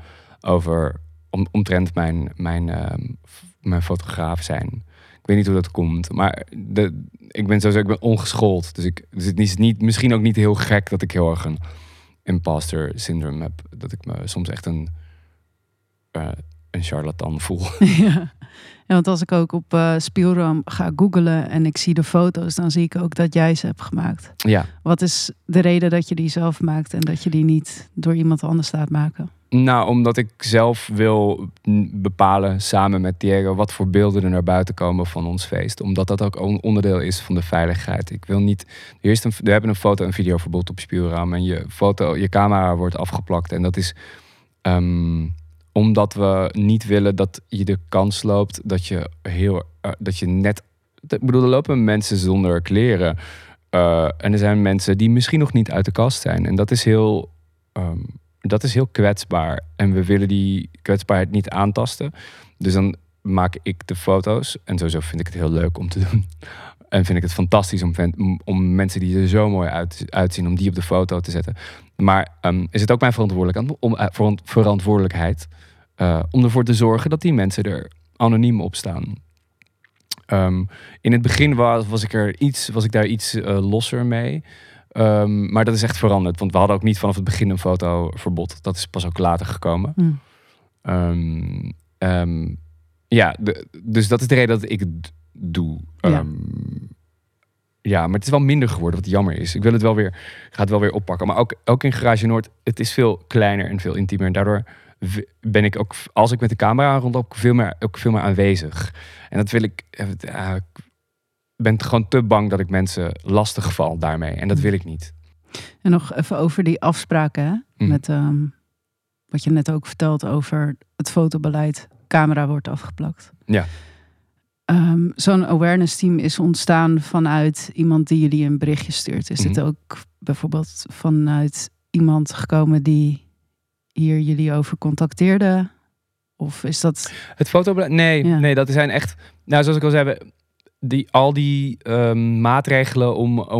A: omtrent mijn fotograaf zijn. Ik weet niet hoe dat komt, maar ik ben ongeschoold. Dus het is misschien ook niet heel gek dat ik heel erg een imposter syndrome heb. Dat ik me soms echt een charlatan voel.
B: Ja. Ja, want als ik ook op Spielraum ga googlen en ik zie de foto's, dan zie ik ook dat jij ze hebt gemaakt.
A: Ja.
B: Wat is de reden dat je die zelf maakt en dat je die niet door iemand anders laat maken?
A: Nou, omdat ik zelf wil bepalen samen met Diego wat voor beelden er naar buiten komen van ons feest. Omdat dat ook een onderdeel is van de veiligheid. Ik wil niet. We hebben een foto- en videoverbod op Spielraum en je camera wordt afgeplakt. En dat is omdat we niet willen dat je de kans loopt dat je net. Ik bedoel, er lopen mensen zonder kleren. En er zijn mensen die misschien nog niet uit de kast zijn. En dat is heel. Dat is heel kwetsbaar. En we willen die kwetsbaarheid niet aantasten. Dus dan maak ik de foto's. En sowieso vind ik het heel leuk om te doen. En vind ik het fantastisch om mensen die er zo mooi uitzien, om die op de foto te zetten. Maar is het ook mijn verantwoordelijkheid om ervoor te zorgen dat die mensen er anoniem op staan. In het begin was ik daar iets losser mee. Maar dat is echt veranderd. Want we hadden ook niet vanaf het begin een fotoverbod. Dat is pas ook later gekomen. Dus dat is de reden dat ik het doe. Maar het is wel minder geworden, wat jammer is. Ik wil ga het wel weer oppakken. Maar ook in Garage Noord, het is veel kleiner en veel intiemer. En daardoor ben ik ook, als ik met de camera rondloop, veel meer aanwezig. En dat wil ik. Ik ben gewoon te bang dat ik mensen lastig val daarmee. En dat wil ik niet.
B: En nog even over die afspraken. Hè? Met wat je net ook vertelt over het fotobeleid. Camera wordt afgeplakt.
A: Ja.
B: Zo'n awareness team is ontstaan vanuit iemand die jullie een berichtje stuurt. Is dit ook bijvoorbeeld vanuit iemand gekomen die hier jullie over contacteerde? Of is dat...
A: Het fotobeleid? Nee, dat zijn echt... Nou, zoals ik al zei... Al die maatregelen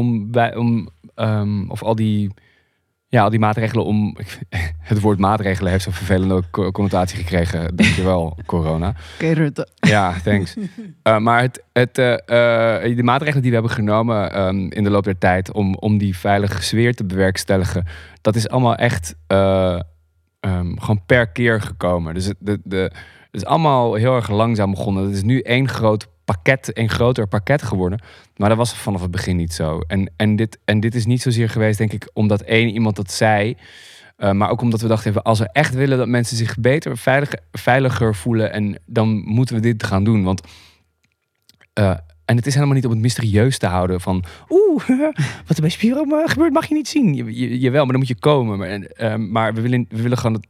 A: al die maatregelen om... Het woord maatregelen heeft zo'n vervelende connotatie gekregen. Dankjewel, corona.
B: Oké, Rutte.
A: Ja, thanks. Maar de maatregelen die we hebben genomen in de loop der tijd... om die veilige sfeer te bewerkstelligen... dat is allemaal echt gewoon per keer gekomen. Dus het is allemaal heel erg langzaam begonnen. Het is nu één groter pakket geworden. Maar dat was vanaf het begin niet zo. En dit is niet zozeer geweest, denk ik, omdat één iemand dat zei. Maar ook omdat we dachten, als we echt willen dat mensen zich beter, veiliger voelen, en dan moeten we dit gaan doen. Want en het is helemaal niet om het mysterieus te houden van wat er bij Spielraum gebeurt mag je niet zien. Jawel, maar dan moet je komen. Maar we willen gewoon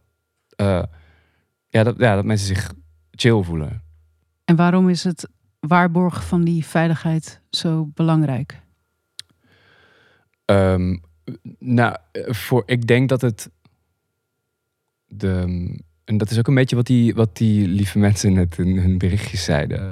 A: dat mensen zich chill voelen.
B: En waarom is het waarborgen van die veiligheid zo belangrijk?
A: Ik denk dat het en dat is ook een beetje wat die lieve mensen net in hun berichtjes zeiden.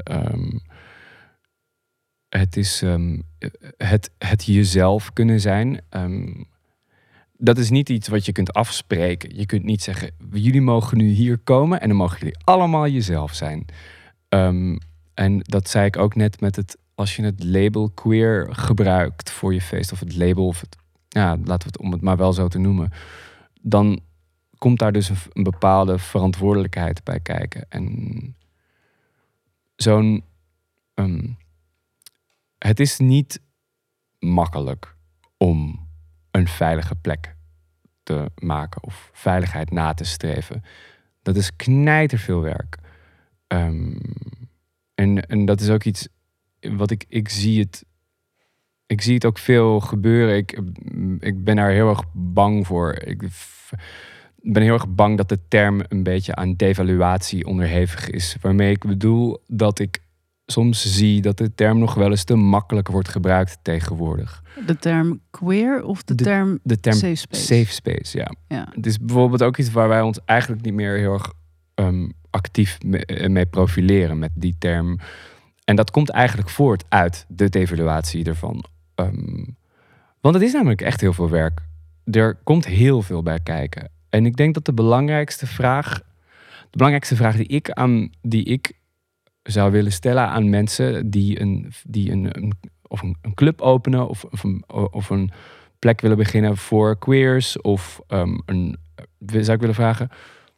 A: Het is het jezelf kunnen zijn. Dat is niet iets wat je kunt afspreken. Je kunt niet zeggen, jullie mogen nu hier komen en dan mogen jullie allemaal jezelf zijn. En dat zei ik ook net met als je het label queer gebruikt voor je feest, of het label, laten we het om het maar wel zo te noemen, dan komt daar dus een bepaalde verantwoordelijkheid bij kijken. En het is niet makkelijk om een veilige plek te maken of veiligheid na te streven. Dat is knijterveel werk. En dat is ook iets wat ik zie het ook veel gebeuren. Ik ben daar heel erg bang voor. Ik ben heel erg bang dat de term een beetje aan devaluatie onderhevig is. Waarmee ik bedoel dat ik soms zie dat de term nog wel eens te makkelijk wordt gebruikt tegenwoordig.
B: De term queer of de term safe space?
A: Safe space, ja. Het is bijvoorbeeld ook iets waar wij ons eigenlijk niet meer heel erg actief mee profileren met die term. En dat komt eigenlijk voort uit de devaluatie ervan. Want het is namelijk echt heel veel werk. Er komt heel veel bij kijken. En ik denk dat de belangrijkste vraag die ik zou willen stellen aan mensen die een club openen of een plek willen beginnen voor queers of zou ik willen vragen: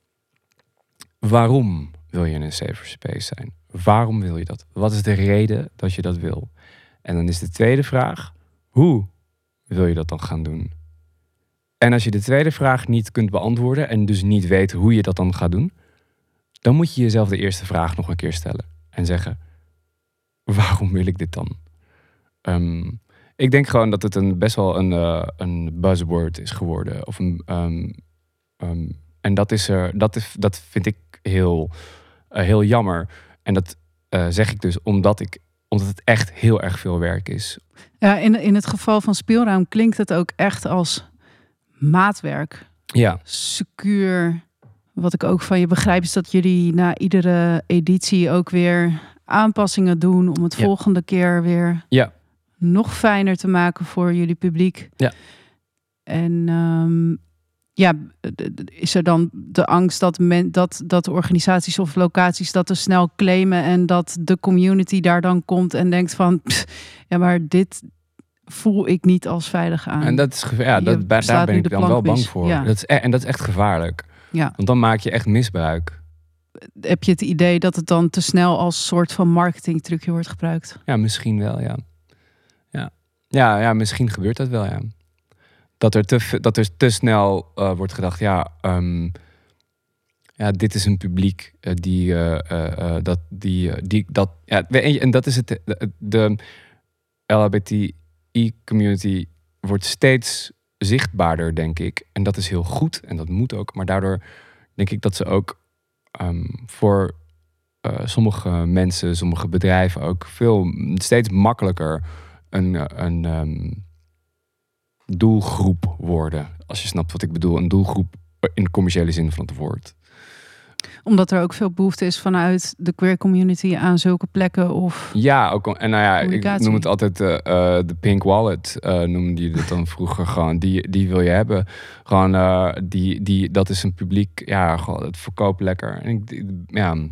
A: waarom wil je in een safer space zijn? Waarom wil je dat? Wat is de reden dat je dat wil? En dan is de tweede vraag: hoe wil je dat dan gaan doen? En als je de tweede vraag niet kunt beantwoorden en dus niet weet hoe je dat dan gaat doen, dan moet je jezelf de eerste vraag nog een keer stellen en zeggen: waarom wil ik dit dan? Ik denk gewoon dat het best wel een buzzword is geworden. En dat vind ik heel jammer. En dat zeg ik dus omdat het echt heel erg veel werk is.
B: Ja, in het geval van Speelruim klinkt het ook echt als maatwerk.
A: Ja.
B: Secuur. Wat ik ook van je begrijp is dat jullie na iedere editie ook weer aanpassingen doen om het volgende keer weer nog fijner te maken voor jullie publiek.
A: Ja.
B: En is er dan de angst dat organisaties of locaties dat te snel claimen en dat de community daar dan komt en denkt van maar dit voel ik niet als veilig aan.
A: En dat is daar ben ik dan wel bang voor. Ja. Dat is echt gevaarlijk. Ja. Want dan maak je echt misbruik.
B: Heb je het idee dat het dan te snel als soort van marketingtrucje wordt gebruikt?
A: Ja, misschien wel, ja. Ja, misschien gebeurt dat wel, ja. Dat er te snel wordt gedacht, dit is een publiek en dat is het. De LHBTI-community wordt steeds zichtbaarder, denk ik. En dat is heel goed en dat moet ook. Maar daardoor denk ik dat ze ook voor sommige mensen, sommige bedrijven ook steeds makkelijker een doelgroep worden. Als je snapt wat ik bedoel. Een doelgroep in de commerciële zin van het woord.
B: Omdat er ook veel behoefte is vanuit de queer community aan zulke plekken of...
A: Ja, ook, en ik noem het altijd de pink wallet. Noemde je dat dan vroeger gewoon. Die wil je hebben. Gewoon, dat is een publiek. Ja, gewoon, het verkoopt lekker. En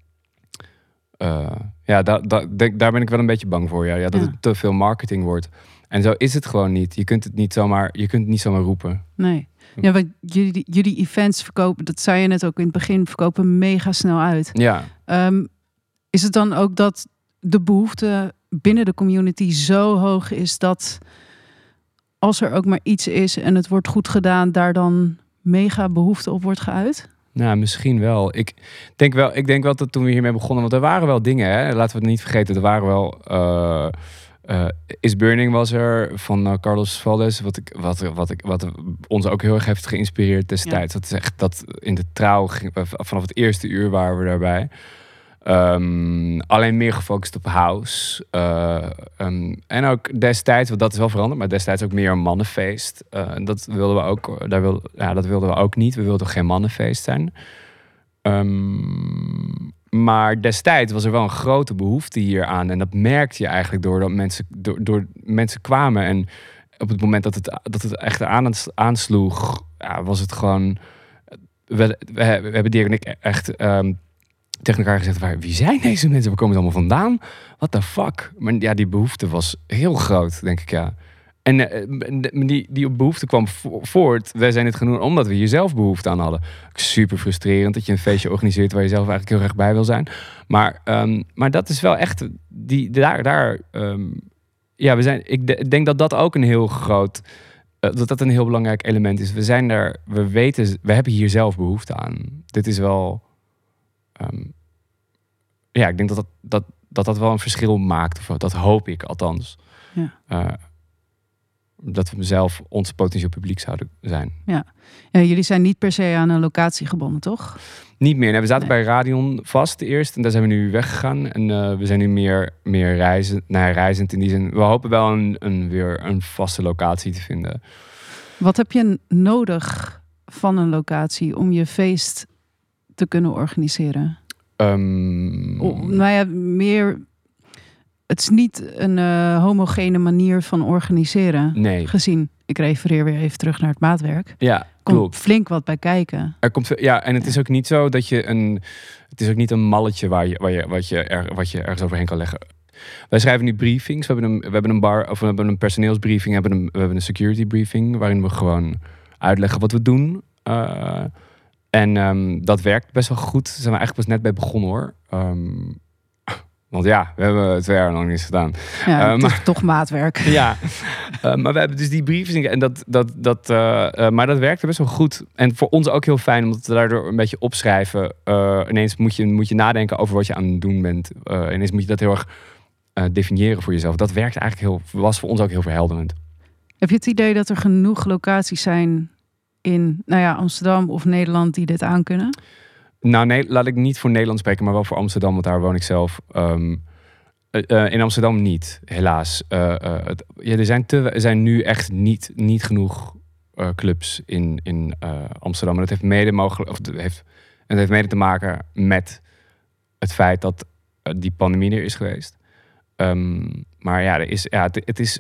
A: daar ben ik wel een beetje bang voor. Ja, dat het te veel marketing wordt. En zo is het gewoon niet. Je kunt het niet zomaar roepen.
B: Nee. Ja, want jullie events verkopen, dat zei je net ook in het begin, verkopen mega snel uit.
A: Ja.
B: Is het dan ook dat de behoefte binnen de community zo hoog is dat als er ook maar iets is en het wordt goed gedaan, daar dan mega behoefte op wordt geuit?
A: Nou, misschien wel. Ik denk wel dat toen we hiermee begonnen, want er waren wel dingen, hè? Laten we het niet vergeten, er waren wel... Is Burning was er van Carlos Valdes, wat ons ook heel erg heeft geïnspireerd destijds. Ja. Dat is echt dat in de trouw vanaf het eerste uur waren we daarbij. Alleen meer gefocust op house. En ook destijds, want dat is wel veranderd, maar destijds ook meer een mannenfeest. En dat wilden we ook. Dat wilden we ook niet. We wilden geen mannenfeest zijn. Maar destijds was er wel een grote behoefte hieraan. En dat merkte je eigenlijk doordat mensen kwamen. En op het moment dat het echt aansloeg, was het gewoon... We hebben Dirk en ik echt tegen elkaar gezegd: wie zijn deze mensen? Waar komen ze allemaal vandaan? What the fuck? Maar ja, die behoefte was heel groot, denk ik, ja. En die behoefte kwam voort. Wij zijn het gaan doen omdat we hier zelf behoefte aan hadden. Super frustrerend dat je een feestje organiseert waar je zelf eigenlijk heel erg bij wil zijn. Maar dat is wel echt... Ik denk dat dat ook een heel groot... dat een heel belangrijk element is. We zijn daar... We hebben hier zelf behoefte aan. Dit is wel... ik denk dat wel een verschil maakt. Of dat hoop ik althans.
B: Ja.
A: Dat we zelf ons potentieel publiek zouden zijn.
B: Ja, jullie zijn niet per se aan een locatie gebonden, toch?
A: Niet meer. We zaten bij Radion vast eerst. En daar zijn we nu weggegaan. En we zijn nu meer reizend in die zin. We hopen wel weer een vaste locatie te vinden.
B: Wat heb je nodig van een locatie om je feest te kunnen organiseren? Meer... Het is niet een homogene manier van organiseren.
A: Nee.
B: Gezien, ik refereer weer even terug naar het maatwerk.
A: Ja,
B: komt
A: klopt.
B: Flink wat bij kijken.
A: En het is ook niet zo dat je het is ook niet een malletje wat je ergens overheen kan leggen. Wij schrijven nu briefings. We hebben een personeelsbriefing, we hebben een security briefing, waarin we gewoon uitleggen wat we doen. Dat werkt best wel goed. Daar zijn we eigenlijk pas net bij begonnen, hoor. Want we hebben 2 jaar lang niets gedaan.
B: Ja, het is toch maatwerk.
A: Ja, maar we hebben dus die briefing. En maar dat werkte best wel goed. En voor ons ook heel fijn, omdat we daardoor een beetje opschrijven. Ineens moet je nadenken over wat je aan het doen bent. Ineens moet je dat heel erg definiëren voor jezelf. Dat werkt eigenlijk was voor ons ook heel verhelderend.
B: Heb je het idee dat er genoeg locaties zijn in Amsterdam of Nederland die dit aankunnen?
A: Nou, nee, laat ik niet voor Nederland spreken, maar wel voor Amsterdam, want daar woon ik zelf. In Amsterdam niet, helaas. Er zijn nu echt niet genoeg clubs in Amsterdam. En dat heeft mede te maken met het feit dat die pandemie er is geweest. Het is...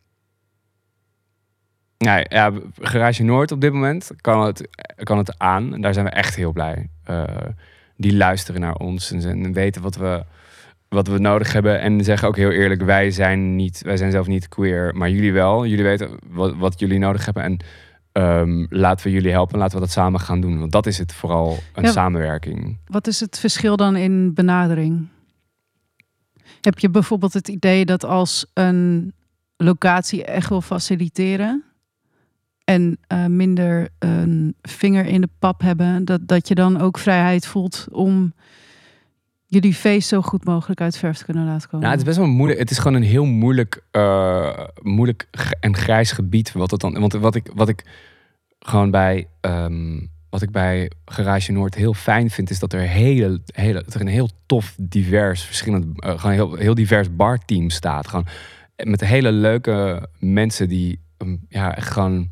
A: Garage Noord op dit moment kan het aan. En daar zijn we echt heel blij. Die luisteren naar ons en weten wat we nodig hebben. En zeggen ook heel eerlijk, wij zijn zelf niet queer, maar jullie wel. Jullie weten wat jullie nodig hebben. En laten we jullie helpen. Laten we dat samen gaan doen. Want dat is het vooral, een samenwerking.
B: Wat is het verschil dan in benadering? Heb je bijvoorbeeld het idee dat als een locatie echt wil faciliteren en minder een vinger in de pap hebben, dat je dan ook vrijheid voelt om jullie feest zo goed mogelijk uit verf te kunnen laten komen?
A: Nou, het is best wel moeilijk. Het is gewoon een heel moeilijk en grijs gebied. Wat ik gewoon wat ik bij Garage Noord heel fijn vind, is dat er een heel tof, divers, verschillend, gewoon heel divers barteam staat. Gewoon met hele leuke mensen die echt gewoon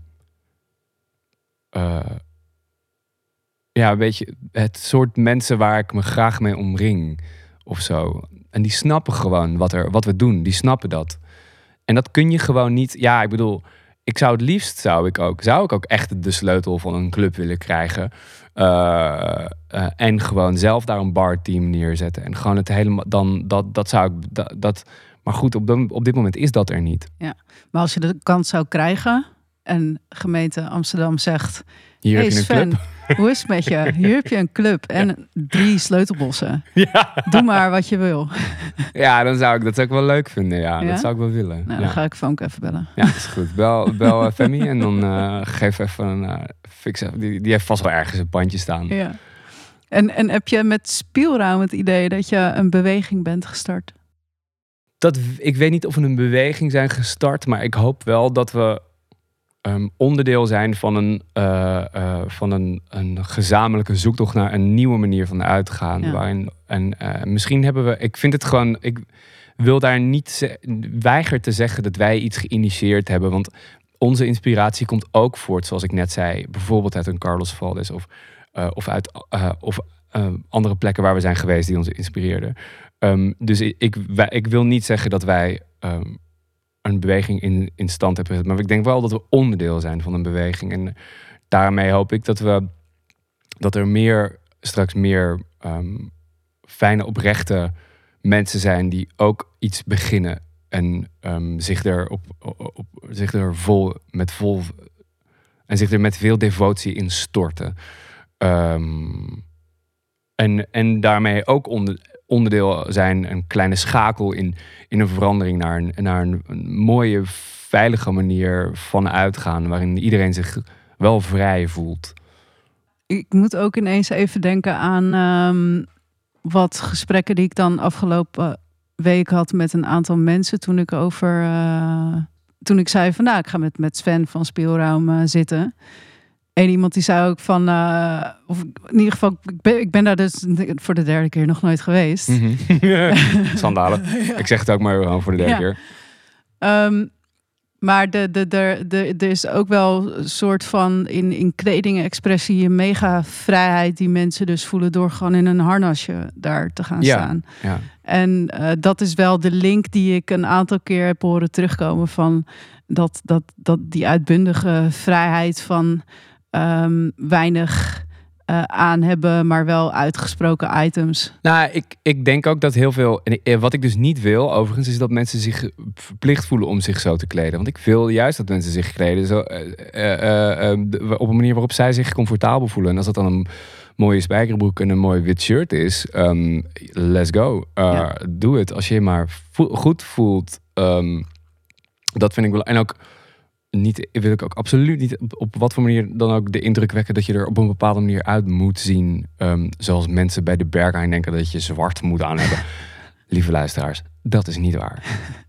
A: een beetje het soort mensen waar ik me graag mee omring of zo. En die snappen gewoon wat we doen. Die snappen dat. En dat kun je gewoon niet. Ja, ik bedoel, ik zou het liefst zou ik ook echt de sleutel van een club willen krijgen. En gewoon zelf daar een barteam neerzetten. En gewoon het helemaal dat zou ik. Maar goed, op dit moment is dat er niet.
B: Ja, maar als je de kans zou krijgen en gemeente Amsterdam zegt:
A: Hier heb je
B: Sven,
A: een club.
B: Hoe is het met je? Hier heb je een club en 3 sleutelbossen.
A: Ja.
B: Doe maar wat je wil.
A: Ja, dan zou ik dat ook wel leuk vinden. Ja, dat zou ik wel willen.
B: Nou, dan ga ik Famke even bellen.
A: Ja, dat is goed. Bel Femi en dan geef even een fix. Die heeft vast wel ergens een pandje staan.
B: Ja. En heb je met Spielraum het idee dat je een beweging bent gestart?
A: Ik weet niet of we een beweging zijn gestart, maar ik hoop wel dat we onderdeel zijn van een gezamenlijke zoektocht naar een nieuwe manier van uitgaan. Ja. Misschien hebben we... Ik vind het gewoon... Ik wil daar niet weiger te zeggen dat wij iets geïnitieerd hebben. Want onze inspiratie komt ook voort, zoals ik net zei. Bijvoorbeeld uit een Carlos Valdes of uit andere plekken waar we zijn geweest die ons inspireerden. Dus ik wil niet zeggen dat wij een beweging in stand hebben gezet. Maar ik denk wel dat we onderdeel zijn van een beweging. En daarmee hoop ik dat er straks meer fijne, oprechte mensen zijn die ook iets beginnen zich er met veel devotie in storten. En daarmee ook onderdeel zijn, een kleine schakel in een verandering naar een mooie, veilige manier van uitgaan, waarin iedereen zich wel vrij voelt.
B: Ik moet ook ineens even denken aan wat gesprekken die ik dan afgelopen week had met een aantal mensen toen ik zei van nou, ik ga met Sven van Spielraum zitten. En iemand die zei ook van, of in ieder geval, ik ben daar dus voor de derde keer nog nooit geweest.
A: Mm-hmm. Schandalen. Ja. Ik zeg het ook maar gewoon voor de derde keer.
B: Maar er is ook wel een soort van in kledingexpressie een mega vrijheid die mensen dus voelen door gewoon in een harnasje daar te gaan staan.
A: Ja.
B: En dat is wel de link die ik een aantal keer heb horen terugkomen van dat die uitbundige vrijheid van weinig aan hebben, maar wel uitgesproken items.
A: Nou, ik denk ook dat heel veel... En wat ik dus niet wil, overigens, is dat mensen zich verplicht voelen om zich zo te kleden. Want ik wil juist dat mensen zich kleden zo, op een manier waarop zij zich comfortabel voelen. En als dat dan een mooie spijkerbroek en een mooi wit shirt is, let's go. Doe het. Als je je maar goed voelt. Dat vind ik wel... En ook... wil ik ook absoluut niet op wat voor manier dan ook de indruk wekken dat je er op een bepaalde manier uit moet zien. Zoals mensen bij de Berghain denken dat je zwart moet aan hebben. Lieve luisteraars, dat is niet waar.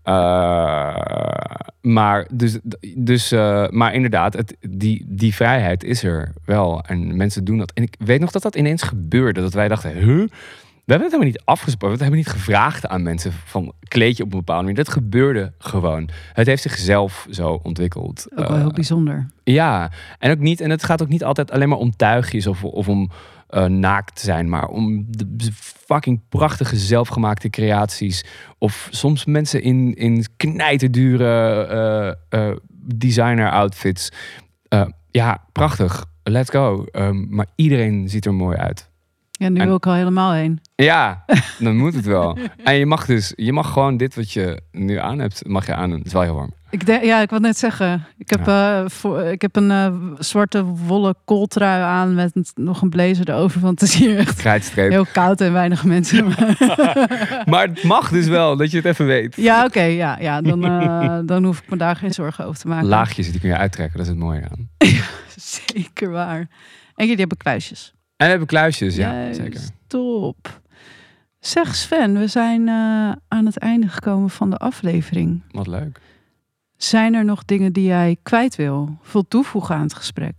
A: Maar inderdaad, die vrijheid is er wel. En mensen doen dat. En ik weet nog dat dat ineens gebeurde. Dat wij dachten, we hebben het helemaal niet afgesproken. We hebben niet gevraagd aan mensen van kleed je op een bepaalde manier. Dat gebeurde gewoon. Het heeft zichzelf zo ontwikkeld.
B: Ook wel heel bijzonder.
A: Ja, en ook niet. En het gaat ook niet altijd alleen maar om tuigjes of om naakt te zijn, maar om de fucking prachtige zelfgemaakte creaties. Of soms mensen in knijterdure designer outfits. Ja, prachtig. Let's go. Maar iedereen ziet er mooi uit.
B: Ja, nu wil ik al helemaal heen.
A: Ja, dan moet het wel. En je mag gewoon dit wat je nu aan hebt, mag je aan doen. Het is wel heel warm.
B: Ik wil net zeggen. Ik heb een zwarte wollen kooltrui aan met nog een blazer erover. Want het is hier echt heel koud en weinig mensen.
A: Maar het mag dus wel, dat je het even weet.
B: Ja, oké. Ja, dan hoef ik me daar geen zorgen over te maken.
A: Laagjes, die kun je uittrekken. Dat is het mooie aan.
B: Ja, zeker waar. En jullie hebben kluisjes.
A: En we hebben kluisjes, ja,
B: Juist,
A: zeker.
B: Top. Zeg Sven, we zijn aan het einde gekomen van de aflevering.
A: Wat leuk.
B: Zijn er nog dingen die jij kwijt wil toevoegen aan het gesprek?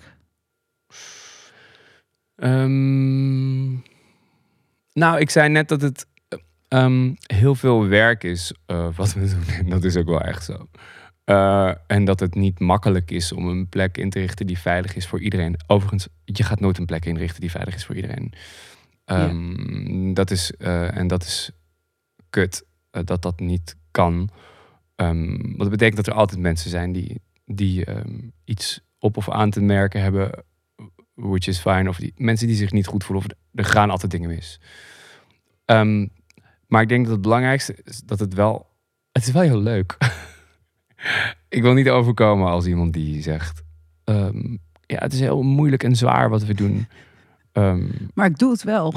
A: Nou, ik zei net dat het heel veel werk is wat we doen. En dat is ook wel echt zo. En dat het niet makkelijk is om een plek in te richten die veilig is voor iedereen. Overigens, je gaat nooit een plek inrichten die veilig is voor iedereen. Dat is kut dat niet kan. Want dat betekent dat er altijd mensen zijn die iets op of aan te merken hebben, which is fine. Of mensen die zich niet goed voelen. Of er gaan altijd dingen mis. Maar ik denk dat het belangrijkste is dat het is wel heel leuk. Ik wil niet overkomen als iemand die zegt, het is heel moeilijk en zwaar wat we doen.
B: Maar ik doe het wel.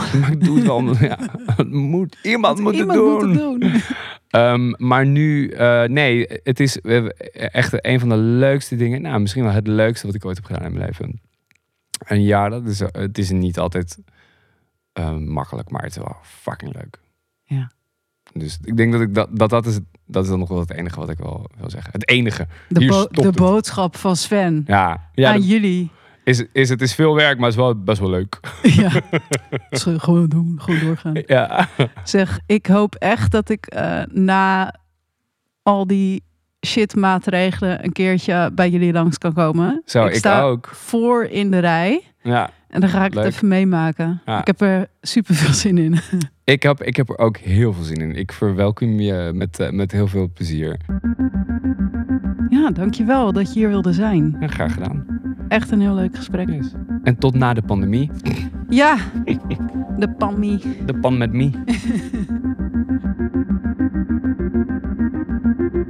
A: Iemand moet het doen. Maar nu, nee, het is echt een van de leukste dingen. Nou, misschien wel het leukste wat ik ooit heb gedaan in mijn leven. En ja, het is niet altijd makkelijk, maar het is wel fucking leuk.
B: Ja.
A: Dus ik denk dat is dan nog wel het enige wat ik wel wil zeggen. Het enige.
B: De boodschap van Sven aan jullie.
A: Het is veel werk, maar het is wel best wel leuk.
B: Ja, gewoon doen, gewoon doorgaan.
A: Ja.
B: Zeg, ik hoop echt dat ik na al die shitmaatregelen een keertje bij jullie langs kan komen. Ik sta
A: ook
B: voor in de rij.
A: Ja.
B: En dan ga ik het even meemaken.
A: Ja.
B: Ik heb er super veel zin in.
A: Ik heb er ook heel veel zin in. Ik verwelkom je met heel veel plezier.
B: Ja, dankjewel dat je hier wilde zijn.
A: Ja, graag gedaan.
B: Echt een heel leuk gesprek.
A: Yes. En tot na de pandemie.
B: Ja, de pandemie.
A: De pan met me.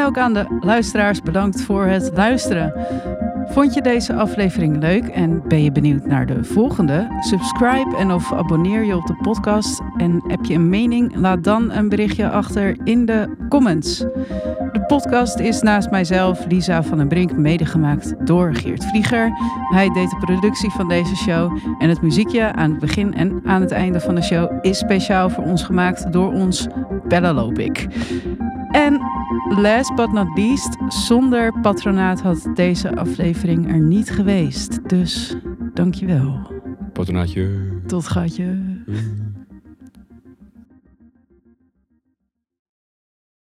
B: ook aan de luisteraars bedankt voor het luisteren. Vond je deze aflevering leuk en ben je benieuwd naar de volgende? Subscribe en of abonneer je op de podcast. En heb je een mening? Laat dan een berichtje achter in de comments. De podcast is naast mijzelf, Lisa van den Brink, medegemaakt door Geert Vlieger. Hij deed de productie van deze show. En het muziekje aan het begin en aan het einde van de show is speciaal voor ons gemaakt door ons Bella Lopik. En last but not least, zonder patronaat had deze aflevering er niet geweest. Dus dankjewel.
A: Patronaatje.
B: Tot gaatje.